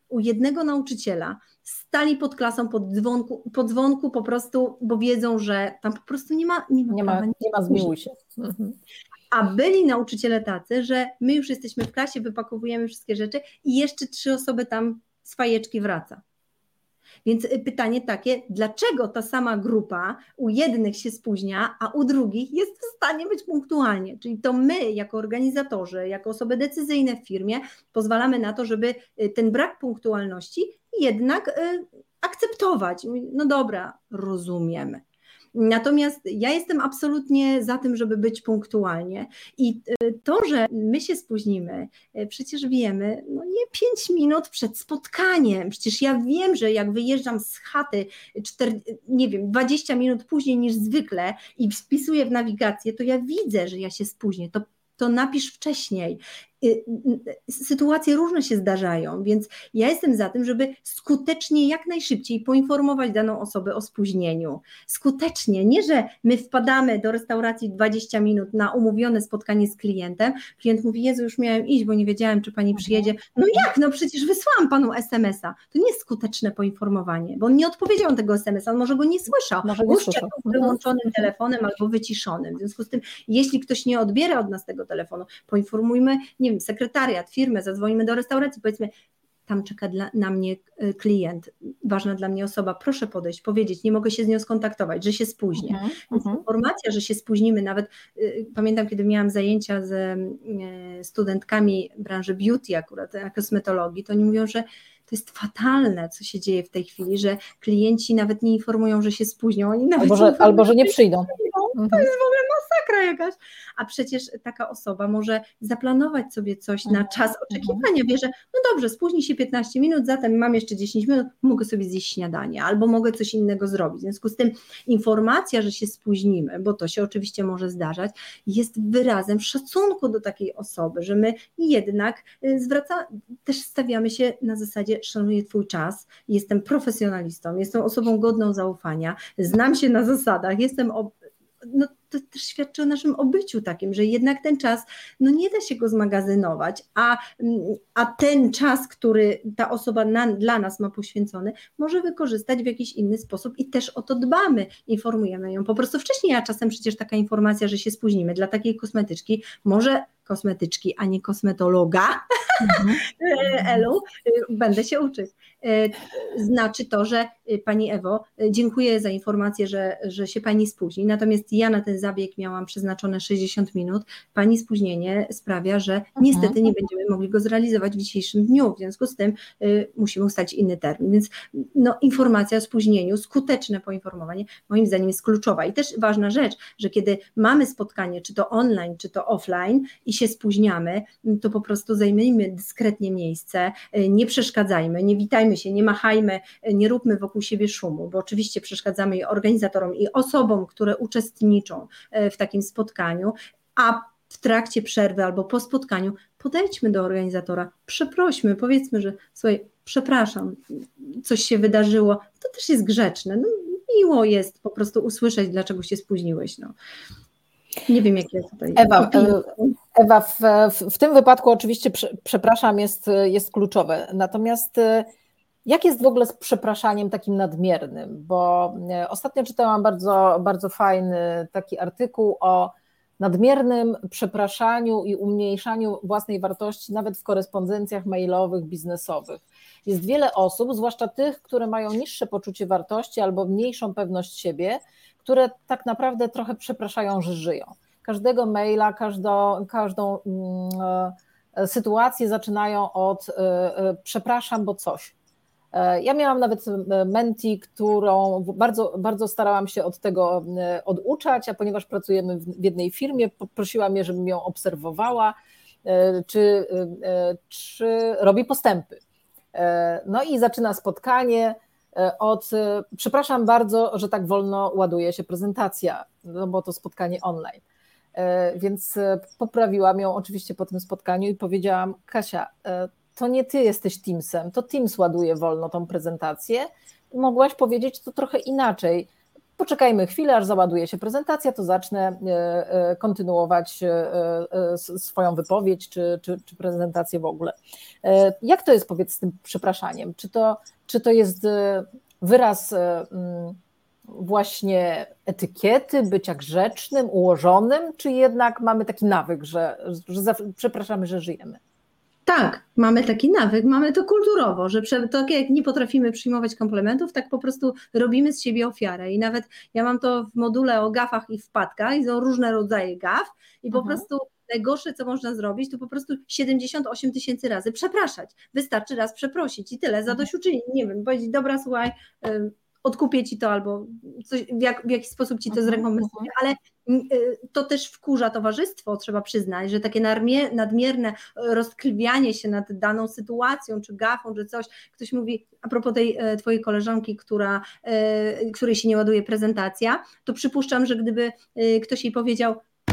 [SPEAKER 2] u jednego nauczyciela, stali pod klasą, po dzwonku po prostu, bo wiedzą, że tam po prostu nie ma prawa.
[SPEAKER 1] Nie ma zmiłuj się.
[SPEAKER 2] A byli nauczyciele tacy, że my już jesteśmy w klasie, wypakowujemy wszystkie rzeczy i jeszcze 3 osoby tam z fajeczki wraca. Więc pytanie takie, dlaczego ta sama grupa u jednych się spóźnia, a u drugich jest w stanie być punktualnie? Czyli to my jako organizatorzy, jako osoby decyzyjne w firmie pozwalamy na to, żeby ten brak punktualności jednak akceptować. No dobra, rozumiemy. Natomiast ja jestem absolutnie za tym, żeby być punktualnie i to, że my się spóźnimy, przecież wiemy, no nie 5 minut przed spotkaniem, przecież ja wiem, że jak wyjeżdżam z chaty 20 minut później niż zwykle i wpisuję w nawigację, to ja widzę, że ja się spóźnię, to napisz wcześniej. Sytuacje różne się zdarzają, więc ja jestem za tym, żeby skutecznie, jak najszybciej poinformować daną osobę o spóźnieniu. Skutecznie, nie że my wpadamy do restauracji 20 minut na umówione spotkanie z klientem, klient mówi, Jezu, już miałem iść, bo nie wiedziałem, czy pani przyjedzie. No jak? No przecież wysłałam panu SMS-a. To nie jest skuteczne poinformowanie, bo on nie odpowiedział na tego SMS-a, on może go nie słyszał. Puśćcie go wyłączonym telefonem albo wyciszonym. W związku z tym, jeśli ktoś nie odbiera od nas tego telefonu, poinformujmy, nie wiem, sekretariat, firmę, zadzwonimy do restauracji, powiedzmy, tam czeka na mnie klient, ważna dla mnie osoba, proszę podejść, powiedzieć, nie mogę się z nią skontaktować, że się spóźnię. Więc informacja, że się spóźnimy, nawet pamiętam, kiedy miałam zajęcia ze studentkami branży beauty akurat, kosmetologii, to oni mówią, że to jest fatalne, co się dzieje w tej chwili, że klienci nawet nie informują, że się spóźnią. Oni nawet
[SPEAKER 1] albo że nie przyjdą.
[SPEAKER 2] To jest w ogóle masakra jakaś. A przecież taka osoba może zaplanować sobie coś na czas oczekiwania. Wie, że no dobrze, spóźni się 15 minut, zatem mam jeszcze 10 minut, mogę sobie zjeść śniadanie albo mogę coś innego zrobić. W związku z tym informacja, że się spóźnimy, bo to się oczywiście może zdarzać, jest wyrazem szacunku do takiej osoby, że my jednak też stawiamy się na zasadzie szanuję twój czas, jestem profesjonalistą, jestem osobą godną zaufania, znam się na zasadach, no to też świadczy o naszym obyciu takim, że jednak ten czas, no nie da się go zmagazynować, a ten czas, który ta osoba dla nas ma poświęcony, może wykorzystać w jakiś inny sposób i też o to dbamy, informujemy ją. Po prostu wcześniej, a czasem przecież taka informacja, że się spóźnimy dla takiej kosmetyczki, a nie kosmetologa, Elu, będę się uczyć. Znaczy to, że Pani Ewo, dziękuję za informację, że się Pani spóźni, natomiast ja na ten zabieg miałam przeznaczone 60 minut, Pani spóźnienie sprawia, że niestety nie będziemy mogli go zrealizować w dzisiejszym dniu, w związku z tym musimy ustalić inny termin, więc informacja o spóźnieniu, skuteczne poinformowanie moim zdaniem jest kluczowa i też ważna rzecz, że kiedy mamy spotkanie, czy to online, czy to offline i się spóźniamy, to po prostu zajmijmy dyskretnie miejsce, nie przeszkadzajmy, nie witajmy się, nie machajmy, nie róbmy wokół siebie szumu, bo oczywiście przeszkadzamy i organizatorom i osobom, które uczestniczą w takim spotkaniu, a w trakcie przerwy albo po spotkaniu podejdźmy do organizatora, przeprośmy, powiedzmy, że słuchaj, przepraszam, coś się wydarzyło, to też jest grzeczne, miło jest po prostu usłyszeć, dlaczego się spóźniłeś. Nie wiem, jak jest tutaj.
[SPEAKER 1] Ewa, w tym wypadku oczywiście przepraszam jest kluczowe, natomiast jak jest w ogóle z przepraszaniem takim nadmiernym, bo ostatnio czytałam bardzo, bardzo fajny taki artykuł o nadmiernym przepraszaniu i umniejszaniu własnej wartości nawet w korespondencjach mailowych, biznesowych. Jest wiele osób, zwłaszcza tych, które mają niższe poczucie wartości albo mniejszą pewność siebie, które tak naprawdę trochę przepraszają, że żyją. Każdego maila, każdą sytuację zaczynają od przepraszam, bo coś. Ja miałam nawet mentee, którą bardzo, bardzo starałam się od tego oduczać, a ponieważ pracujemy w jednej firmie, poprosiła mnie, żebym ją obserwowała, czy robi postępy. No i zaczyna spotkanie od przepraszam bardzo, że tak wolno ładuje się prezentacja, no bo to spotkanie online. Więc poprawiłam ją oczywiście po tym spotkaniu i powiedziałam, Kasia, to nie ty jesteś Teamsem, to Teams ładuje wolno tą prezentację. Mogłaś powiedzieć to trochę inaczej. poczekajmy chwilę, aż załaduje się prezentacja, to zacznę kontynuować swoją wypowiedź czy prezentację w ogóle. Jak to jest, powiedz, z tym przepraszaniem? Czy to jest wyraz właśnie etykiety, bycia grzecznym, ułożonym, czy jednak mamy taki nawyk, że przepraszamy, że żyjemy?
[SPEAKER 2] Tak, mamy taki nawyk, mamy to kulturowo, że tak jak nie potrafimy przyjmować komplementów, tak po prostu robimy z siebie ofiarę. I nawet ja mam to w module o gafach i wpadkach i są różne rodzaje gaf i po prostu najgorsze, co można zrobić, to po prostu 78 000 razy przepraszać. Wystarczy raz przeprosić i tyle, zadośćuczynić, nie wiem, powiedzieć, dobra, słuchaj, odkupię ci to albo coś, w jakiś sposób ci to zrekompensuję, ale to też wkurza towarzystwo, trzeba przyznać, że takie nadmierne rozklwianie się nad daną sytuacją, czy gafą, czy coś, ktoś mówi, a propos tej twojej koleżanki, której się nie ładuje prezentacja, to przypuszczam, że gdyby ktoś jej powiedział,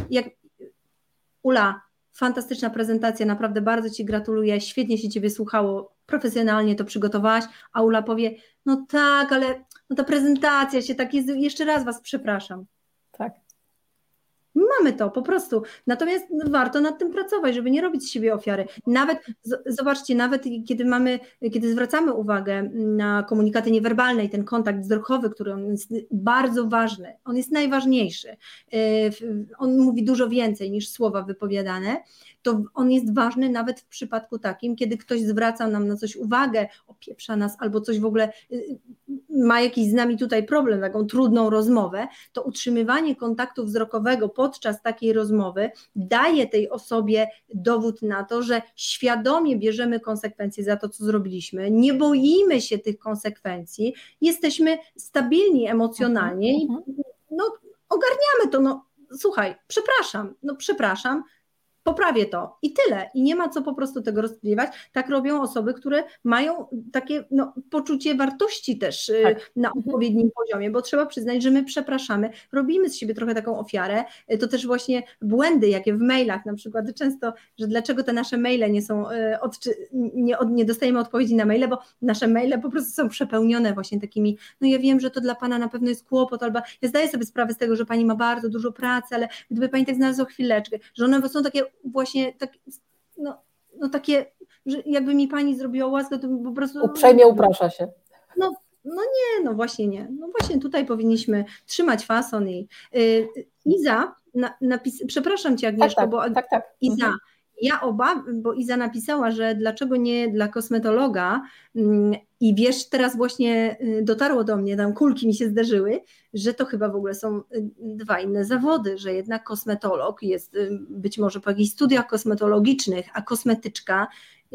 [SPEAKER 2] Ula, fantastyczna prezentacja, naprawdę bardzo ci gratuluję, świetnie się ciebie słuchało, profesjonalnie to przygotowałaś, a Ula powie, no tak, ale no ta prezentacja się tak jest, jeszcze raz was przepraszam.
[SPEAKER 1] Tak.
[SPEAKER 2] Mamy to po prostu, natomiast warto nad tym pracować, żeby nie robić z siebie ofiary. Nawet, zobaczcie, nawet kiedy zwracamy uwagę na komunikaty niewerbalne i ten kontakt wzrokowy, który on jest bardzo ważny, on jest najważniejszy, on mówi dużo więcej niż słowa wypowiadane, to on jest ważny nawet w przypadku takim, kiedy ktoś zwraca nam na coś uwagę, opieprza nas albo coś w ogóle ma jakiś z nami tutaj problem, taką trudną rozmowę, to utrzymywanie kontaktu wzrokowego podczas takiej rozmowy daje tej osobie dowód na to, że świadomie bierzemy konsekwencje za to, co zrobiliśmy, nie boimy się tych konsekwencji, jesteśmy stabilni emocjonalnie i ogarniamy to, słuchaj, przepraszam, poprawię to i tyle. I nie ma co po prostu tego rozpływać. Tak robią osoby, które mają takie poczucie wartości też na odpowiednim poziomie, bo trzeba przyznać, że my przepraszamy, robimy z siebie trochę taką ofiarę. To też właśnie błędy, jakie w mailach na przykład często, że dlaczego te nasze maile nie są, nie dostajemy odpowiedzi na maile, bo nasze maile po prostu są przepełnione właśnie takimi, ja wiem, że to dla Pana na pewno jest kłopot, albo ja zdaję sobie sprawę z tego, że Pani ma bardzo dużo pracy, ale gdyby Pani tak znalazła chwileczkę, że one są takie właśnie takie, że jakby mi Pani zrobiła łaskę, to po prostu...
[SPEAKER 1] Uprzejmie uprasza się.
[SPEAKER 2] Właśnie nie. Właśnie tutaj powinniśmy trzymać fason i Iza, przepraszam Cię Agnieszko,
[SPEAKER 1] tak.
[SPEAKER 2] Iza, bo Iza napisała, że dlaczego nie dla kosmetologa i wiesz, teraz właśnie dotarło do mnie, tam kulki mi się zderzyły, że to chyba w ogóle są dwa inne zawody, że jednak kosmetolog jest być może po jakichś studiach kosmetologicznych, a kosmetyczka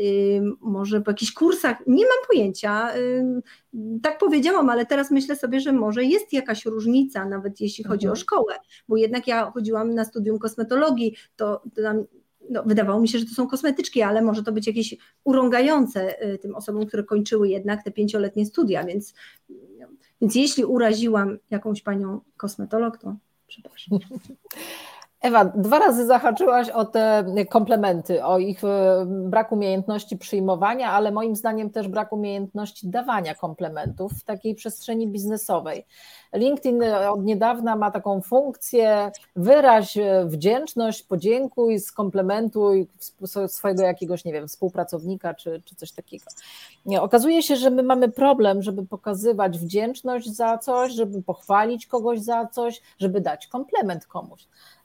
[SPEAKER 2] może po jakichś kursach, nie mam pojęcia, tak powiedziałam, ale teraz myślę sobie, że może jest jakaś różnica, nawet jeśli chodzi o szkołę, bo jednak ja chodziłam na studium kosmetologii, to tam wydawało mi się, że to są kosmetyczki, ale może to być jakieś urągające tym osobom, które kończyły jednak te 5-letnie studia, więc jeśli uraziłam jakąś panią kosmetolog, to przepraszam.
[SPEAKER 1] Ewa, 2 razy zahaczyłaś o te komplementy, o ich brak umiejętności przyjmowania, ale moim zdaniem też brak umiejętności dawania komplementów w takiej przestrzeni biznesowej. LinkedIn od niedawna ma taką funkcję: wyraź wdzięczność, podziękuj, skomplementuj swojego jakiegoś, nie wiem, współpracownika czy coś takiego. Okazuje się, że my mamy problem, żeby pokazywać wdzięczność za coś, żeby pochwalić kogoś za coś, żeby dać komplement komuś.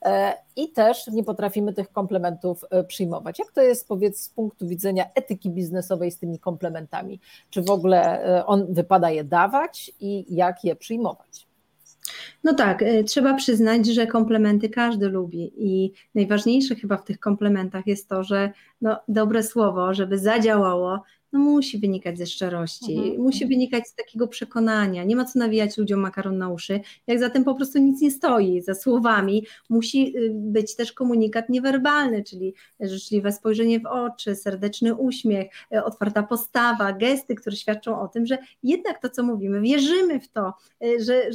[SPEAKER 1] I też nie potrafimy tych komplementów przyjmować. Jak to jest, powiedz, z punktu widzenia etyki biznesowej z tymi komplementami? Czy w ogóle wypada je dawać i jak je przyjmować?
[SPEAKER 2] No tak, trzeba przyznać, że komplementy każdy lubi i najważniejsze chyba w tych komplementach jest to, że dobre słowo, żeby zadziałało, musi wynikać ze szczerości, musi wynikać z takiego przekonania, nie ma co nawijać ludziom makaron na uszy, jak zatem po prostu nic nie stoi za słowami, musi być też komunikat niewerbalny, czyli życzliwe spojrzenie w oczy, serdeczny uśmiech, otwarta postawa, gesty, które świadczą o tym, że jednak to, co mówimy, wierzymy w to, że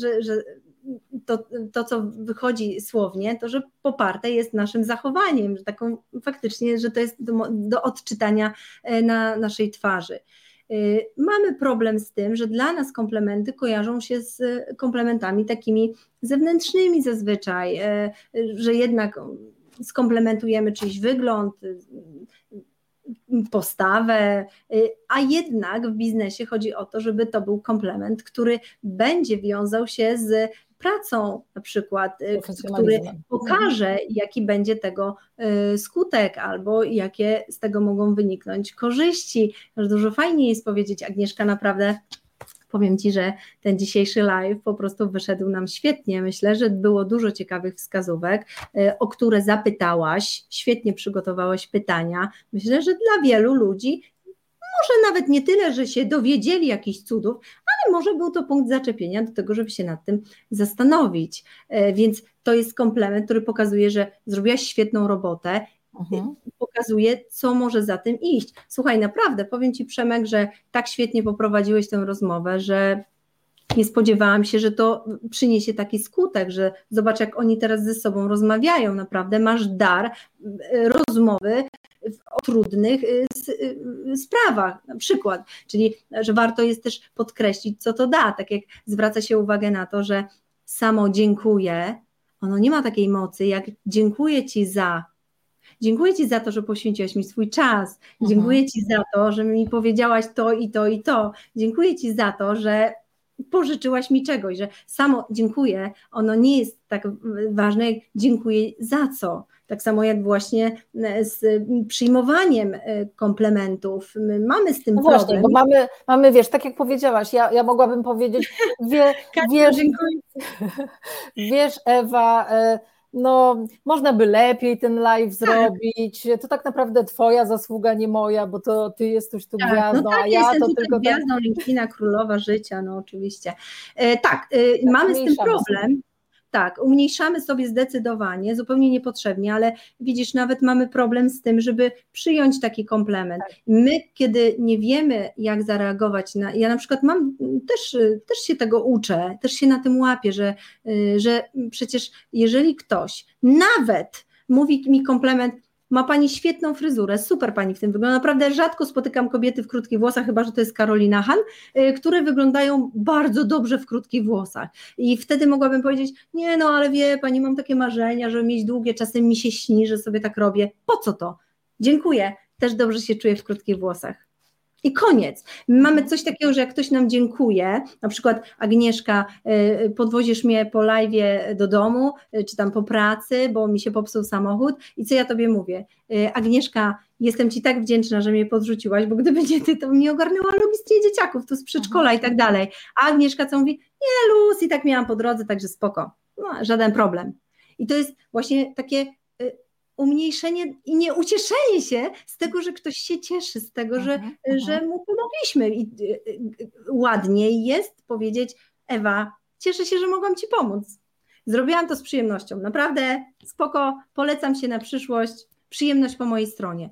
[SPEAKER 2] to, co wychodzi słownie, to, że poparte jest naszym zachowaniem, że taką faktycznie, że to jest do odczytania na naszej twarzy. Mamy problem z tym, że dla nas komplementy kojarzą się z komplementami takimi zewnętrznymi zazwyczaj, że jednak skomplementujemy czyjś wygląd, postawę, a jednak w biznesie chodzi o to, żeby to był komplement, który będzie wiązał się z pracą na przykład, który pokaże, jaki będzie tego skutek albo jakie z tego mogą wyniknąć korzyści. Dużo fajniej jest powiedzieć: Agnieszka, naprawdę powiem Ci, że ten dzisiejszy live po prostu wyszedł nam świetnie. Myślę, że było dużo ciekawych wskazówek, o które zapytałaś, świetnie przygotowałaś pytania. Myślę, że dla wielu ludzi może nawet nie tyle, że się dowiedzieli jakichś cudów, ale może był to punkt zaczepienia do tego, żeby się nad tym zastanowić. Więc to jest komplement, który pokazuje, że zrobiłaś świetną robotę, pokazuje, co może za tym iść. Słuchaj, naprawdę, powiem Ci, Przemek, że tak świetnie poprowadziłeś tę rozmowę, że nie spodziewałam się, że to przyniesie taki skutek, że zobacz, jak oni teraz ze sobą rozmawiają, naprawdę masz dar rozmowy o trudnych sprawach, na przykład, czyli że warto jest też podkreślić, co to da, tak jak zwraca się uwagę na to, że samo dziękuję, ono nie ma takiej mocy, jak dziękuję Ci za to, że poświęciłaś mi swój czas, dziękuję Ci za to, że mi powiedziałaś to i to i to, dziękuję Ci za to, że pożyczyłaś mi czegoś, że samo dziękuję, ono nie jest tak ważne, jak dziękuję za co. Tak samo jak właśnie z przyjmowaniem komplementów. My mamy z tym problem.
[SPEAKER 1] Właśnie, bo mamy, wiesz, tak jak powiedziałaś, ja mogłabym powiedzieć, wiesz, Ewa, no można by lepiej ten live zrobić, to tak naprawdę Twoja zasługa, nie moja, bo to Ty jesteś tu gwiazdą,
[SPEAKER 2] no tak,
[SPEAKER 1] a ja to tylko
[SPEAKER 2] gwiazdą LinkedIna, królowa życia, no oczywiście. Mamy z tym problem. Tak, umniejszamy sobie zdecydowanie, zupełnie niepotrzebnie, ale widzisz, nawet mamy problem z tym, żeby przyjąć taki komplement. Tak. My, kiedy nie wiemy, jak zareagować ja na przykład też się tego uczę, też się na tym łapię, że przecież jeżeli ktoś nawet mówi mi komplement: ma Pani świetną fryzurę, super Pani w tym wygląda. Naprawdę rzadko spotykam kobiety w krótkich włosach, chyba że to jest Karolina Han, które wyglądają bardzo dobrze w krótkich włosach. I wtedy mogłabym powiedzieć: nie no, ale wie Pani, mam takie marzenia, żeby mieć długie, czasem mi się śni, że sobie tak robię. Po co to? Dziękuję, też dobrze się czuję w krótkich włosach. I koniec. Mamy coś takiego, że jak ktoś nam dziękuje, na przykład: Agnieszka, podwozisz mnie po live'ie do domu, czy tam po pracy, bo mi się popsuł samochód, i co ja Tobie mówię? Agnieszka, jestem Ci tak wdzięczna, że mnie podrzuciłaś, bo gdyby nie Ty, to bym nie ogarnęła logistycznie dzieciaków tu z przedszkola i tak dalej. A Agnieszka co mówi? Nie, luz, i tak miałam po drodze, także spoko, no, żaden problem. I to jest właśnie takie umniejszenie i nieucieszenie się z tego, że ktoś się cieszy z tego, że mu pomogliśmy. I ładniej jest powiedzieć: Ewa, cieszę się, że mogłam Ci pomóc. Zrobiłam to z przyjemnością. Naprawdę spoko, polecam się na przyszłość. Przyjemność po mojej stronie.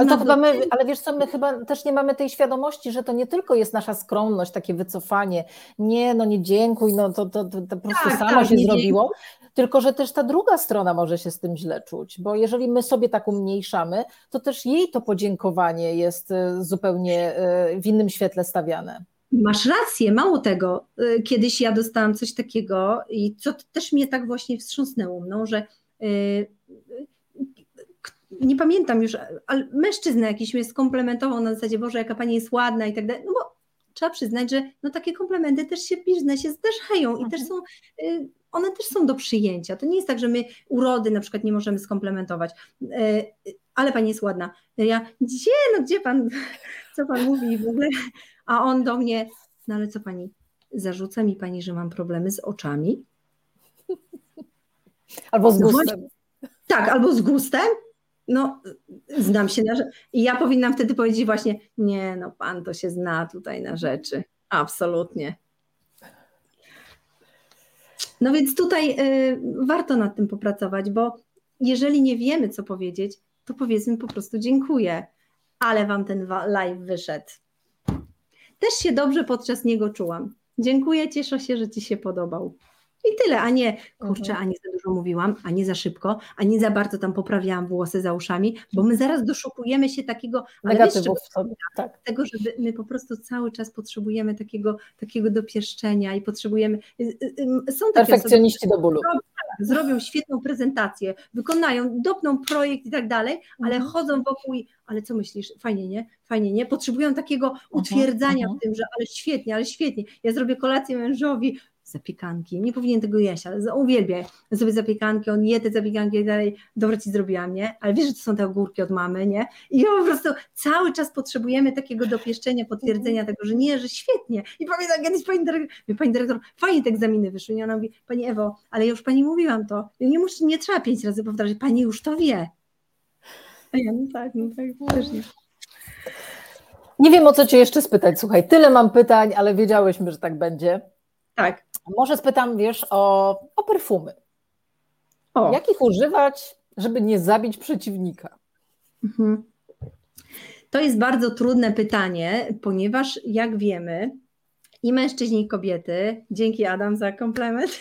[SPEAKER 1] Ale wiesz co, my chyba też nie mamy tej świadomości, że to nie tylko jest nasza skromność, takie wycofanie, nie dziękuj, to po prostu samo się zrobiło, tylko że też ta druga strona może się z tym źle czuć, bo jeżeli my sobie tak umniejszamy, to też jej to podziękowanie jest zupełnie w innym świetle stawiane.
[SPEAKER 2] Masz rację, mało tego, kiedyś ja dostałam coś takiego i co też mnie tak właśnie wstrząsnęło mną, że nie pamiętam już, ale mężczyzna jakiś mnie skomplementował na zasadzie: Boże, jaka Pani jest ładna i tak dalej, no bo trzeba przyznać, że takie komplementy też się w biznesie zdarzają i też są, one też są do przyjęcia. To nie jest tak, że my urody na przykład nie możemy skomplementować, ale Pani jest ładna. Ja: gdzie Pan, co Pan mówi w ogóle? A on do mnie: no ale co Pani, zarzuca mi Pani, że mam problemy z oczami?
[SPEAKER 1] Albo z gustem.
[SPEAKER 2] Tak, albo z gustem. No, znam się na rzeczy. I ja powinnam wtedy powiedzieć właśnie: nie, no Pan to się zna tutaj na rzeczy. Absolutnie. No więc tutaj warto nad tym popracować, bo jeżeli nie wiemy, co powiedzieć, to powiedzmy po prostu: dziękuję, ale Wam ten live wyszedł. Też się dobrze podczas niego czułam. Dziękuję, cieszę się, że Ci się podobał. I tyle, a nie, kurczę, a nie za dużo mówiłam, a nie za szybko, a nie za bardzo tam poprawiałam włosy za uszami, bo my zaraz doszukujemy się takiego, ale
[SPEAKER 1] negatywów w sobie, tak.
[SPEAKER 2] tego, żeby my po prostu cały czas potrzebujemy takiego dopieszczenia i potrzebujemy, są takie
[SPEAKER 1] perfekcjoniści
[SPEAKER 2] osoby,
[SPEAKER 1] do bólu.
[SPEAKER 2] Zrobią świetną prezentację, wykonają, dopną projekt i tak dalej, ale chodzą wokół i, ale co myślisz, fajnie nie? Fajnie nie? Potrzebują takiego utwierdzania w tym, że ale świetnie, ale świetnie. Ja zrobię kolację mężowi, zapiekanki, nie powinien tego jeść, ale uwielbia sobie zapiekanki, on je te zapiekanki i dalej, dobra ci zrobiłam, nie? Ale wiesz, że to są te ogórki od mamy, nie? I po prostu cały czas potrzebujemy takiego dopieszczenia, potwierdzenia tego, że nie, że świetnie. I pamiętam kiedyś pani dyrektor, fajnie te egzaminy wyszły. I ona mówi, pani Ewo, ale ja już pani mówiłam to, nie trzeba 5 razy powtarzać, pani już to wie. A ja, no tak, też nie.
[SPEAKER 1] Nie wiem, o co cię jeszcze spytać, słuchaj, tyle mam pytań, ale wiedziałyśmy, że tak będzie.
[SPEAKER 2] Tak.
[SPEAKER 1] Może spytam, wiesz, o perfumy. Jakich używać, żeby nie zabić przeciwnika?
[SPEAKER 2] To jest bardzo trudne pytanie, ponieważ jak wiemy, i mężczyźni, i kobiety, dzięki Adam za komplement,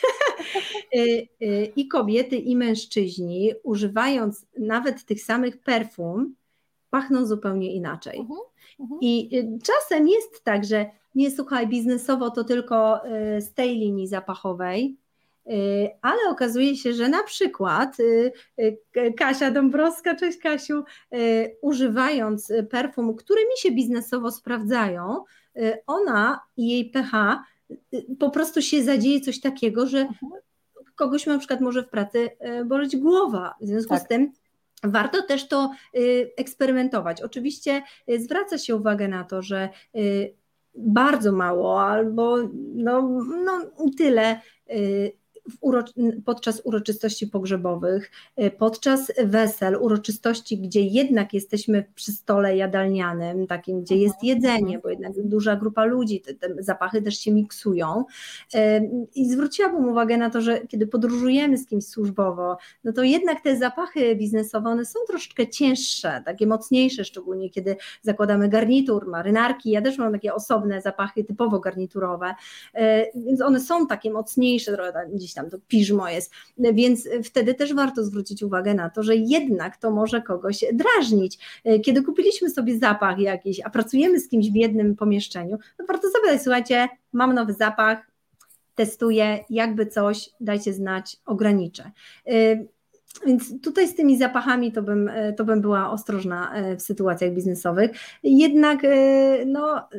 [SPEAKER 2] i kobiety, i mężczyźni, używając nawet tych samych perfum, pachną zupełnie inaczej. I czasem jest tak, że nie, słuchaj, biznesowo to tylko z tej linii zapachowej, ale okazuje się, że na przykład Kasia Dąbrowska, cześć Kasiu, używając perfum, które mi się biznesowo sprawdzają, ona i jej pH po prostu się zadzieje coś takiego, że kogoś na przykład może w pracy boleć głowa, w związku z tym warto też to eksperymentować. Oczywiście zwraca się uwagę na to, że bardzo mało albo no tyle podczas uroczystości pogrzebowych, podczas wesel, uroczystości, gdzie jednak jesteśmy przy stole jadalnianym, takim, gdzie jest jedzenie, bo jednak duża grupa ludzi, te zapachy też się miksują. I zwróciłabym uwagę na to, że kiedy podróżujemy z kimś służbowo, no to jednak te zapachy biznesowe, one są troszeczkę cięższe, takie mocniejsze, szczególnie kiedy zakładamy garnitur, marynarki. Ja też mam takie osobne zapachy typowo garniturowe, więc one są takie mocniejsze, gdzieś tam to piżmo jest, więc wtedy też warto zwrócić uwagę na to, że jednak to może kogoś drażnić. Kiedy kupiliśmy sobie zapach jakiś, a pracujemy z kimś w jednym pomieszczeniu, to warto zapytać, słuchajcie, mam nowy zapach, testuję, jakby coś, dajcie znać, ograniczę. Więc tutaj z tymi zapachami to bym była ostrożna w sytuacjach biznesowych. Jednak no,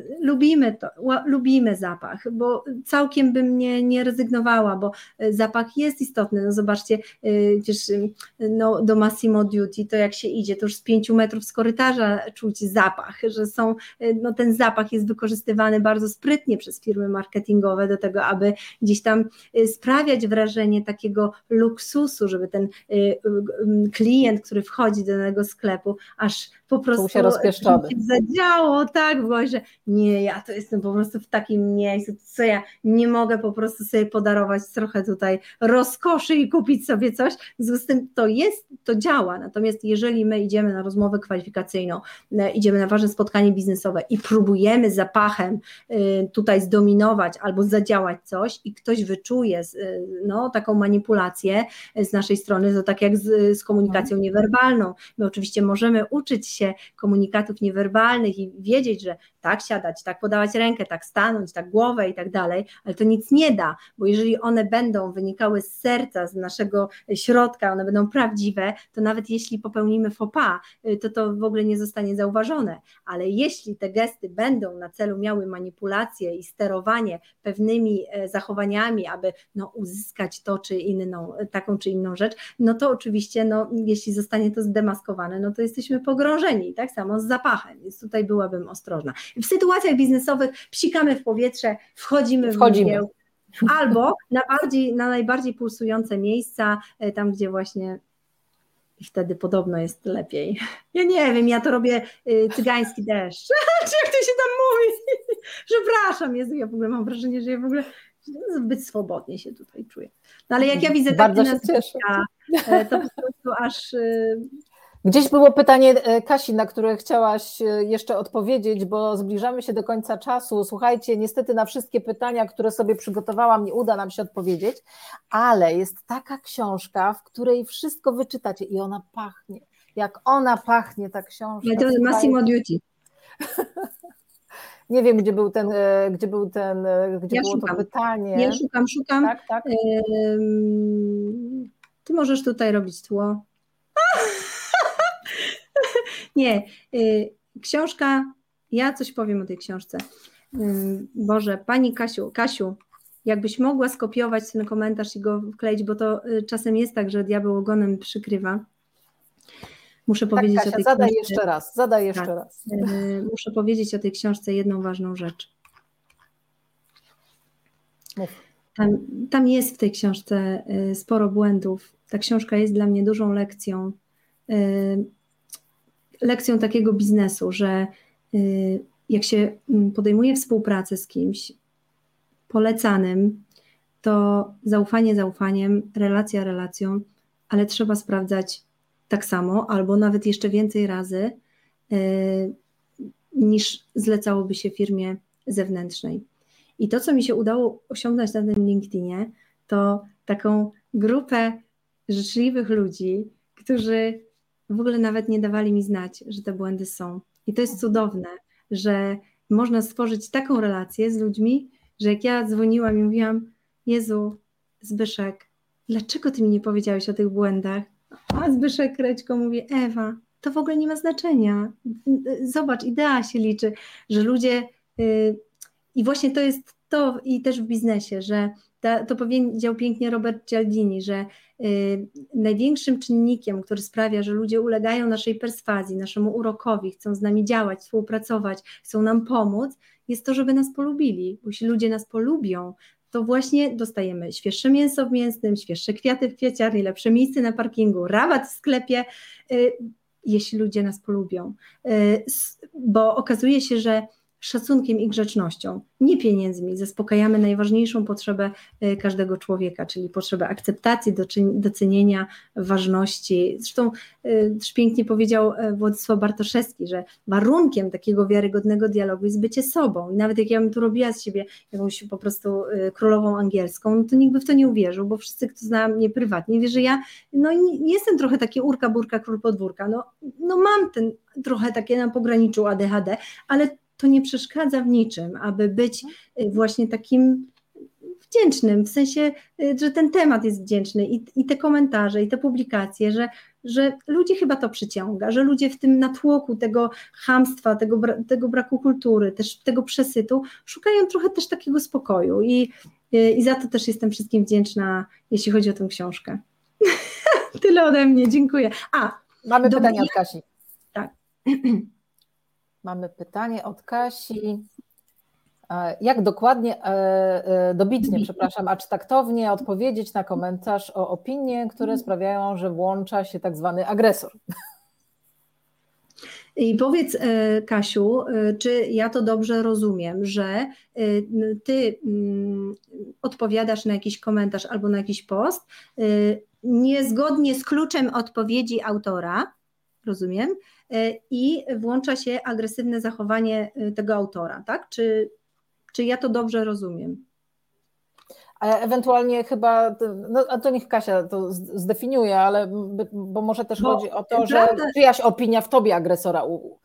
[SPEAKER 2] lubimy zapach, bo całkiem bym nie rezygnowała, bo zapach jest istotny. No zobaczcie, przecież no, do Massimo Dutti to jak się idzie, to już z 5 metrów z korytarza czuć zapach, że no, ten zapach jest wykorzystywany bardzo sprytnie przez firmy marketingowe do tego, aby gdzieś tam sprawiać wrażenie takiego luksusu, żeby ten klient, który wchodzi do danego sklepu, aż po prostu
[SPEAKER 1] się rozpieszczony.
[SPEAKER 2] Zadziało, tak, bo że nie, ja to jestem po prostu w takim miejscu, co ja nie mogę po prostu sobie podarować trochę tutaj rozkoszy i kupić sobie coś, w związku z tym to działa, natomiast jeżeli my idziemy na rozmowę kwalifikacyjną, idziemy na ważne spotkanie biznesowe i próbujemy zapachem tutaj zdominować albo zadziałać coś i ktoś wyczuje no, taką manipulację z naszej strony, to tak jak z komunikacją niewerbalną, my oczywiście możemy uczyć się komunikatów niewerbalnych i wiedzieć, że tak siadać, tak podawać rękę, tak stanąć, tak głowę i tak dalej, ale to nic nie da, bo jeżeli one będą wynikały z serca, z naszego środka, one będą prawdziwe, to nawet jeśli popełnimy faux pas, to w ogóle nie zostanie zauważone, ale jeśli te gesty będą na celu miały manipulację i sterowanie pewnymi zachowaniami, aby no, uzyskać to czy inną, taką czy inną rzecz, no to oczywiście, no, jeśli zostanie to zdemaskowane, no to jesteśmy pogrążeni, tak samo z zapachem, więc tutaj byłabym ostrożna. W sytuacjach biznesowych psikamy w powietrze, wchodzimy. w mgieł, albo na najbardziej pulsujące miejsca, tam gdzie właśnie i wtedy podobno jest lepiej. Ja nie wiem, ja to robię cygański deszcz, czy jak to się tam mówi, przepraszam, Jezu, ja w ogóle mam wrażenie, że ja w ogóle zbyt swobodnie się tutaj czuję. No ale jak ja widzę takie nazwiska, to po prostu
[SPEAKER 1] Gdzieś było pytanie Kasi, na które chciałaś jeszcze odpowiedzieć, bo zbliżamy się do końca czasu. Słuchajcie, niestety na wszystkie pytania, które sobie przygotowałam, nie uda nam się odpowiedzieć, ale jest taka książka, w której wszystko wyczytacie i ona pachnie. Jak ona pachnie, ta książka.
[SPEAKER 2] Ale to Massimo Duty.
[SPEAKER 1] Nie wiem, gdzie było
[SPEAKER 2] szukam.
[SPEAKER 1] to pytanie.
[SPEAKER 2] Ja szukam.
[SPEAKER 1] Tak, tak.
[SPEAKER 2] Ty możesz tutaj robić tło. Nie, książka, ja coś powiem o tej książce. Boże, pani Kasiu, jakbyś mogła skopiować ten komentarz i go wkleić, bo to czasem jest tak, że diabeł ogonem przykrywa. Muszę powiedzieć
[SPEAKER 1] Kasia,
[SPEAKER 2] o tej
[SPEAKER 1] zadaj
[SPEAKER 2] książce.
[SPEAKER 1] jeszcze raz.
[SPEAKER 2] Muszę powiedzieć o tej książce jedną ważną rzecz. Tam jest w tej książce sporo błędów. Ta książka jest dla mnie dużą lekcją takiego biznesu, że jak się podejmuje współpracę z kimś polecanym, to zaufanie zaufaniem, relacja relacją, ale trzeba sprawdzać tak samo, albo nawet jeszcze więcej razy, niż zlecałoby się firmie zewnętrznej. I to, co mi się udało osiągnąć na tym LinkedInie, to taką grupę życzliwych ludzi, którzy w ogóle nawet nie dawali mi znać, że te błędy są. I to jest cudowne, że można stworzyć taką relację z ludźmi, że jak ja dzwoniłam i mówiłam: Jezu, Zbyszek, dlaczego ty mi nie powiedziałeś o tych błędach? A Zbyszek Rećko mówi: Ewa, to w ogóle nie ma znaczenia. Zobacz, idea się liczy, że ludzie... I właśnie to jest to i też w biznesie, że to powiedział pięknie Robert Cialdini, że największym czynnikiem, który sprawia, że ludzie ulegają naszej perswazji, naszemu urokowi, chcą z nami działać, współpracować, chcą nam pomóc, jest to, żeby nas polubili. Bo jeśli ludzie nas polubią, to właśnie dostajemy świeższe mięso w mięsnym, świeższe kwiaty w kwieciarni, lepsze miejsce na parkingu, rabat w sklepie, jeśli ludzie nas polubią. Bo okazuje się, że szacunkiem i grzecznością, nie pieniędzmi, zaspokajamy najważniejszą potrzebę każdego człowieka, czyli potrzebę akceptacji, docenienia, ważności. Zresztą też pięknie powiedział Władysław Bartoszewski, że warunkiem takiego wiarygodnego dialogu jest bycie sobą. I nawet jak ja bym tu robiła z siebie jakąś po prostu królową angielską, no to nikt by w to nie uwierzył, bo wszyscy, kto zna mnie prywatnie, wie, że ja jestem trochę takie urka, burka, król podwórka. No mam ten trochę takie na pograniczu ADHD, ale to nie przeszkadza w niczym, aby być właśnie takim wdzięcznym, w sensie, że ten temat jest wdzięczny i te komentarze, i te publikacje, że ludzi chyba to przyciąga, że ludzie w tym natłoku tego chamstwa, tego braku kultury, też tego przesytu szukają trochę też takiego spokoju i za to też jestem wszystkim wdzięczna, jeśli chodzi o tę książkę. Tyle ode mnie, dziękuję.
[SPEAKER 1] Mamy pytanie od Kasi.
[SPEAKER 2] Tak.
[SPEAKER 1] Mamy pytanie od Kasi. Jak dokładnie, dobitnie, przepraszam, acz taktownie odpowiedzieć na komentarz o opinie, które sprawiają, że włącza się tak zwany agresor?
[SPEAKER 2] I powiedz, Kasiu, czy ja to dobrze rozumiem, że ty odpowiadasz na jakiś komentarz albo na jakiś post niezgodnie z kluczem odpowiedzi autora, rozumiem, i włącza się agresywne zachowanie tego autora, tak? Czy ja to dobrze rozumiem?
[SPEAKER 1] A ewentualnie chyba, a to niech Kasia to zdefiniuje, ale bo może też chodzi o to, że czyjaś opinia w tobie agresora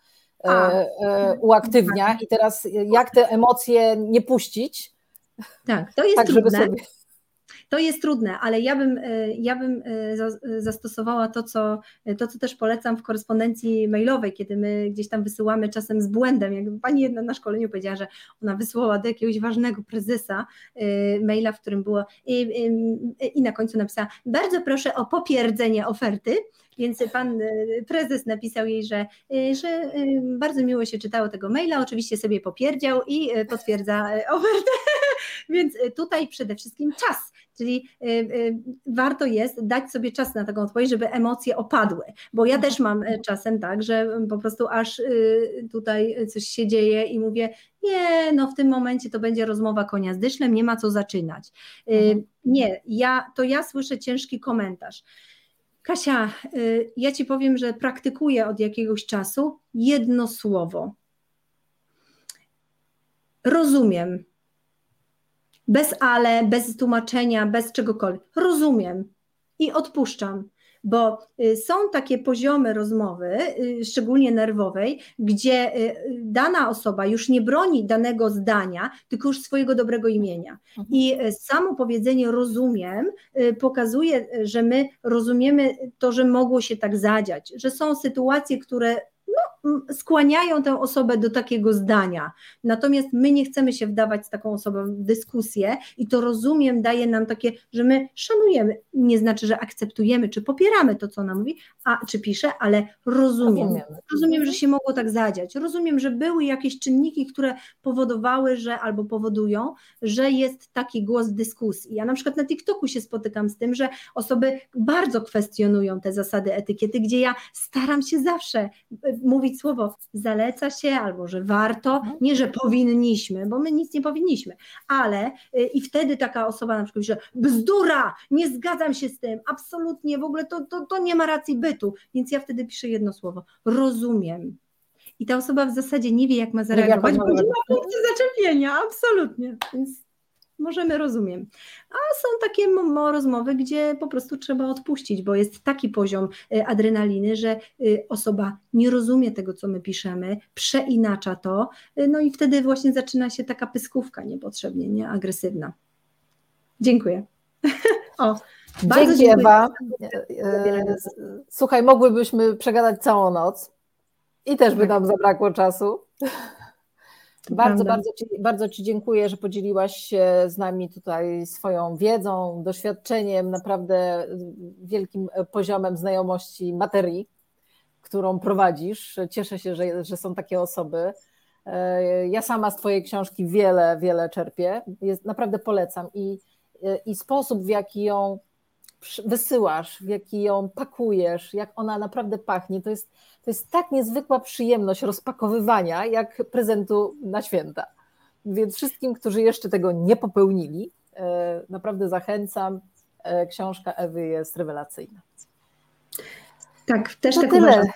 [SPEAKER 1] uaktywnia i teraz jak te emocje nie puścić?
[SPEAKER 2] Tak, to jest tak, trudne. Żeby sobie... To jest trudne, ale ja bym zastosowała to, co też polecam w korespondencji mailowej, kiedy my gdzieś tam wysyłamy czasem z błędem. Jak pani jedna na szkoleniu powiedziała, że ona wysłała do jakiegoś ważnego prezesa maila, w którym było i na końcu napisała: bardzo proszę o potwierdzenie oferty. Więc pan prezes napisał jej, że bardzo miło się czytało tego maila, oczywiście sobie popierdział i potwierdza ofertę. Więc tutaj przede wszystkim czas, czyli warto jest dać sobie czas na taką odpowiedź, żeby emocje opadły, bo ja też mam czasem tak, że po prostu aż tutaj coś się dzieje i mówię: nie, no w tym momencie to będzie rozmowa konia z dyszlem, nie ma co zaczynać. Nie, ja słyszę ciężki komentarz. Kasia, ja Ci powiem, że praktykuję od jakiegoś czasu jedno słowo. Rozumiem. Bez ale, bez tłumaczenia, bez czegokolwiek. Rozumiem i odpuszczam, bo są takie poziomy rozmowy, szczególnie nerwowej, gdzie dana osoba już nie broni danego zdania, tylko już swojego dobrego imienia. I samo powiedzenie rozumiem pokazuje, że my rozumiemy to, że mogło się tak zadziać, że są sytuacje, które skłaniają tę osobę do takiego zdania. Natomiast my nie chcemy się wdawać z taką osobą w dyskusję i to rozumiem daje nam takie, że my szanujemy, nie znaczy, że akceptujemy, czy popieramy to, co ona mówi, czy pisze, ale rozumiem. Rozumiem, że się mogło tak zadziać. Rozumiem, że były jakieś czynniki, które powodowały, albo powodują, że jest taki głos dyskusji. Ja na przykład na TikToku się spotykam z tym, że osoby bardzo kwestionują te zasady etykiety, gdzie ja staram się zawsze mówić słowo zaleca się, albo że warto, nie, że powinniśmy, bo my nic nie powinniśmy, ale i wtedy taka osoba na przykład mówi, że bzdura, nie zgadzam się z tym, absolutnie, w ogóle to nie ma racji bytu, więc ja wtedy piszę jedno słowo, rozumiem. I ta osoba w zasadzie nie wie, jak ma zareagować, bo nie ma punktu zaczepienia, absolutnie, więc możemy, rozumiem. A są takie rozmowy, gdzie po prostu trzeba odpuścić, bo jest taki poziom adrenaliny, że osoba nie rozumie tego, co my piszemy, przeinacza to, no i wtedy właśnie zaczyna się taka pyskówka niepotrzebnie, nie agresywna. Dziękuję.
[SPEAKER 1] Bardzo dziękuję, Ewa. Słuchaj, mogłybyśmy przegadać całą noc i też by nam zabrakło czasu. Bardzo Ci dziękuję, że podzieliłaś się z nami tutaj swoją wiedzą, doświadczeniem, naprawdę wielkim poziomem znajomości materii, którą prowadzisz. Cieszę się, że są takie osoby. Ja sama z Twojej książki wiele czerpię. Naprawdę polecam i sposób, w jaki ją wysyłasz, w jaki ją pakujesz, jak ona naprawdę pachnie, to jest tak niezwykła przyjemność rozpakowywania, jak prezentu na święta. Więc wszystkim, którzy jeszcze tego nie popełnili, naprawdę zachęcam. Książka Ewy jest rewelacyjna.
[SPEAKER 2] Tak, też
[SPEAKER 1] tak uważam.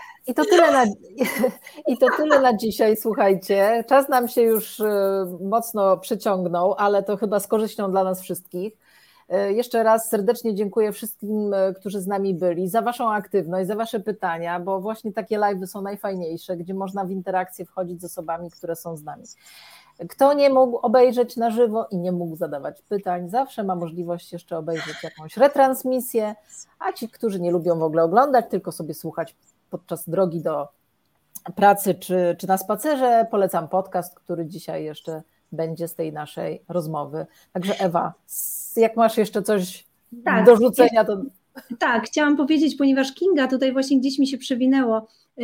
[SPEAKER 1] I to tyle na dzisiaj, słuchajcie. Czas nam się już mocno przeciągnął, ale to chyba z korzyścią dla nas wszystkich. Jeszcze raz serdecznie dziękuję wszystkim, którzy z nami byli, za Waszą aktywność, za Wasze pytania, bo właśnie takie live'y są najfajniejsze, gdzie można w interakcję wchodzić z osobami, które są z nami. Kto nie mógł obejrzeć na żywo i nie mógł zadawać pytań, zawsze ma możliwość jeszcze obejrzeć jakąś retransmisję, a ci, którzy nie lubią w ogóle oglądać, tylko sobie słuchać podczas drogi do pracy czy na spacerze, polecam podcast, który dzisiaj jeszcze będzie z tej naszej rozmowy. Także Ewa, jak masz jeszcze coś do rzucenia, to...
[SPEAKER 2] Tak, chciałam powiedzieć, ponieważ Kinga tutaj właśnie gdzieś mi się przewinęło,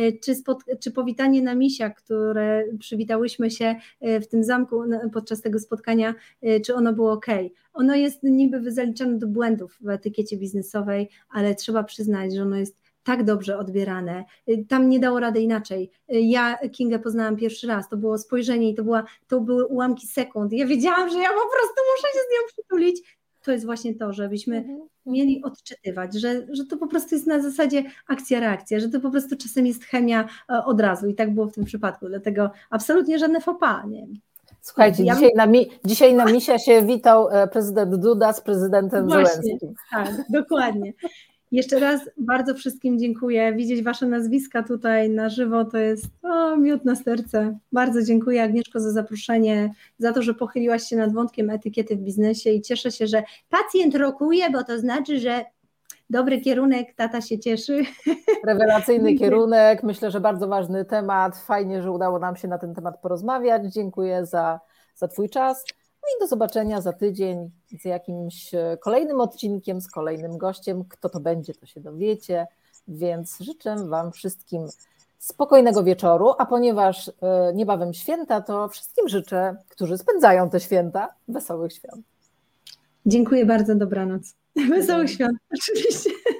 [SPEAKER 2] czy powitanie na misia, które przywitałyśmy się w tym zamku podczas tego spotkania, czy ono było ok. Ono jest niby zaliczane do błędów w etykiecie biznesowej, ale trzeba przyznać, że ono jest tak dobrze odbierane, tam nie dało rady inaczej. Ja Kingę poznałam pierwszy raz, to było spojrzenie i to były ułamki sekund. Ja wiedziałam, że ja po prostu muszę się z nią przytulić. To jest właśnie to, żebyśmy mieli odczytywać, że to po prostu jest na zasadzie akcja-reakcja, że to po prostu czasem jest chemia od razu i tak było w tym przypadku, dlatego absolutnie żadne faux pas. Nie.
[SPEAKER 1] Słuchajcie, dzisiaj na misia się witał prezydent Duda z prezydentem Zełenskim.
[SPEAKER 2] Tak, dokładnie. Jeszcze raz bardzo wszystkim dziękuję. Widzieć Wasze nazwiska tutaj na żywo to jest miód na serce. Bardzo dziękuję, Agnieszko, za zaproszenie, za to, że pochyliłaś się nad wątkiem etykiety w biznesie i cieszę się, że pacjent rokuje, bo to znaczy, że dobry kierunek, tata się cieszy.
[SPEAKER 1] Rewelacyjny kierunek, myślę, że bardzo ważny temat. Fajnie, że udało nam się na ten temat porozmawiać. Dziękuję za Twój czas. No i do zobaczenia za tydzień z jakimś kolejnym odcinkiem, z kolejnym gościem. Kto to będzie, to się dowiecie, więc życzę Wam wszystkim spokojnego wieczoru, a ponieważ niebawem święta, to wszystkim życzę, którzy spędzają te święta, wesołych świąt.
[SPEAKER 2] Dziękuję bardzo, dobranoc. Wesołych świąt, oczywiście.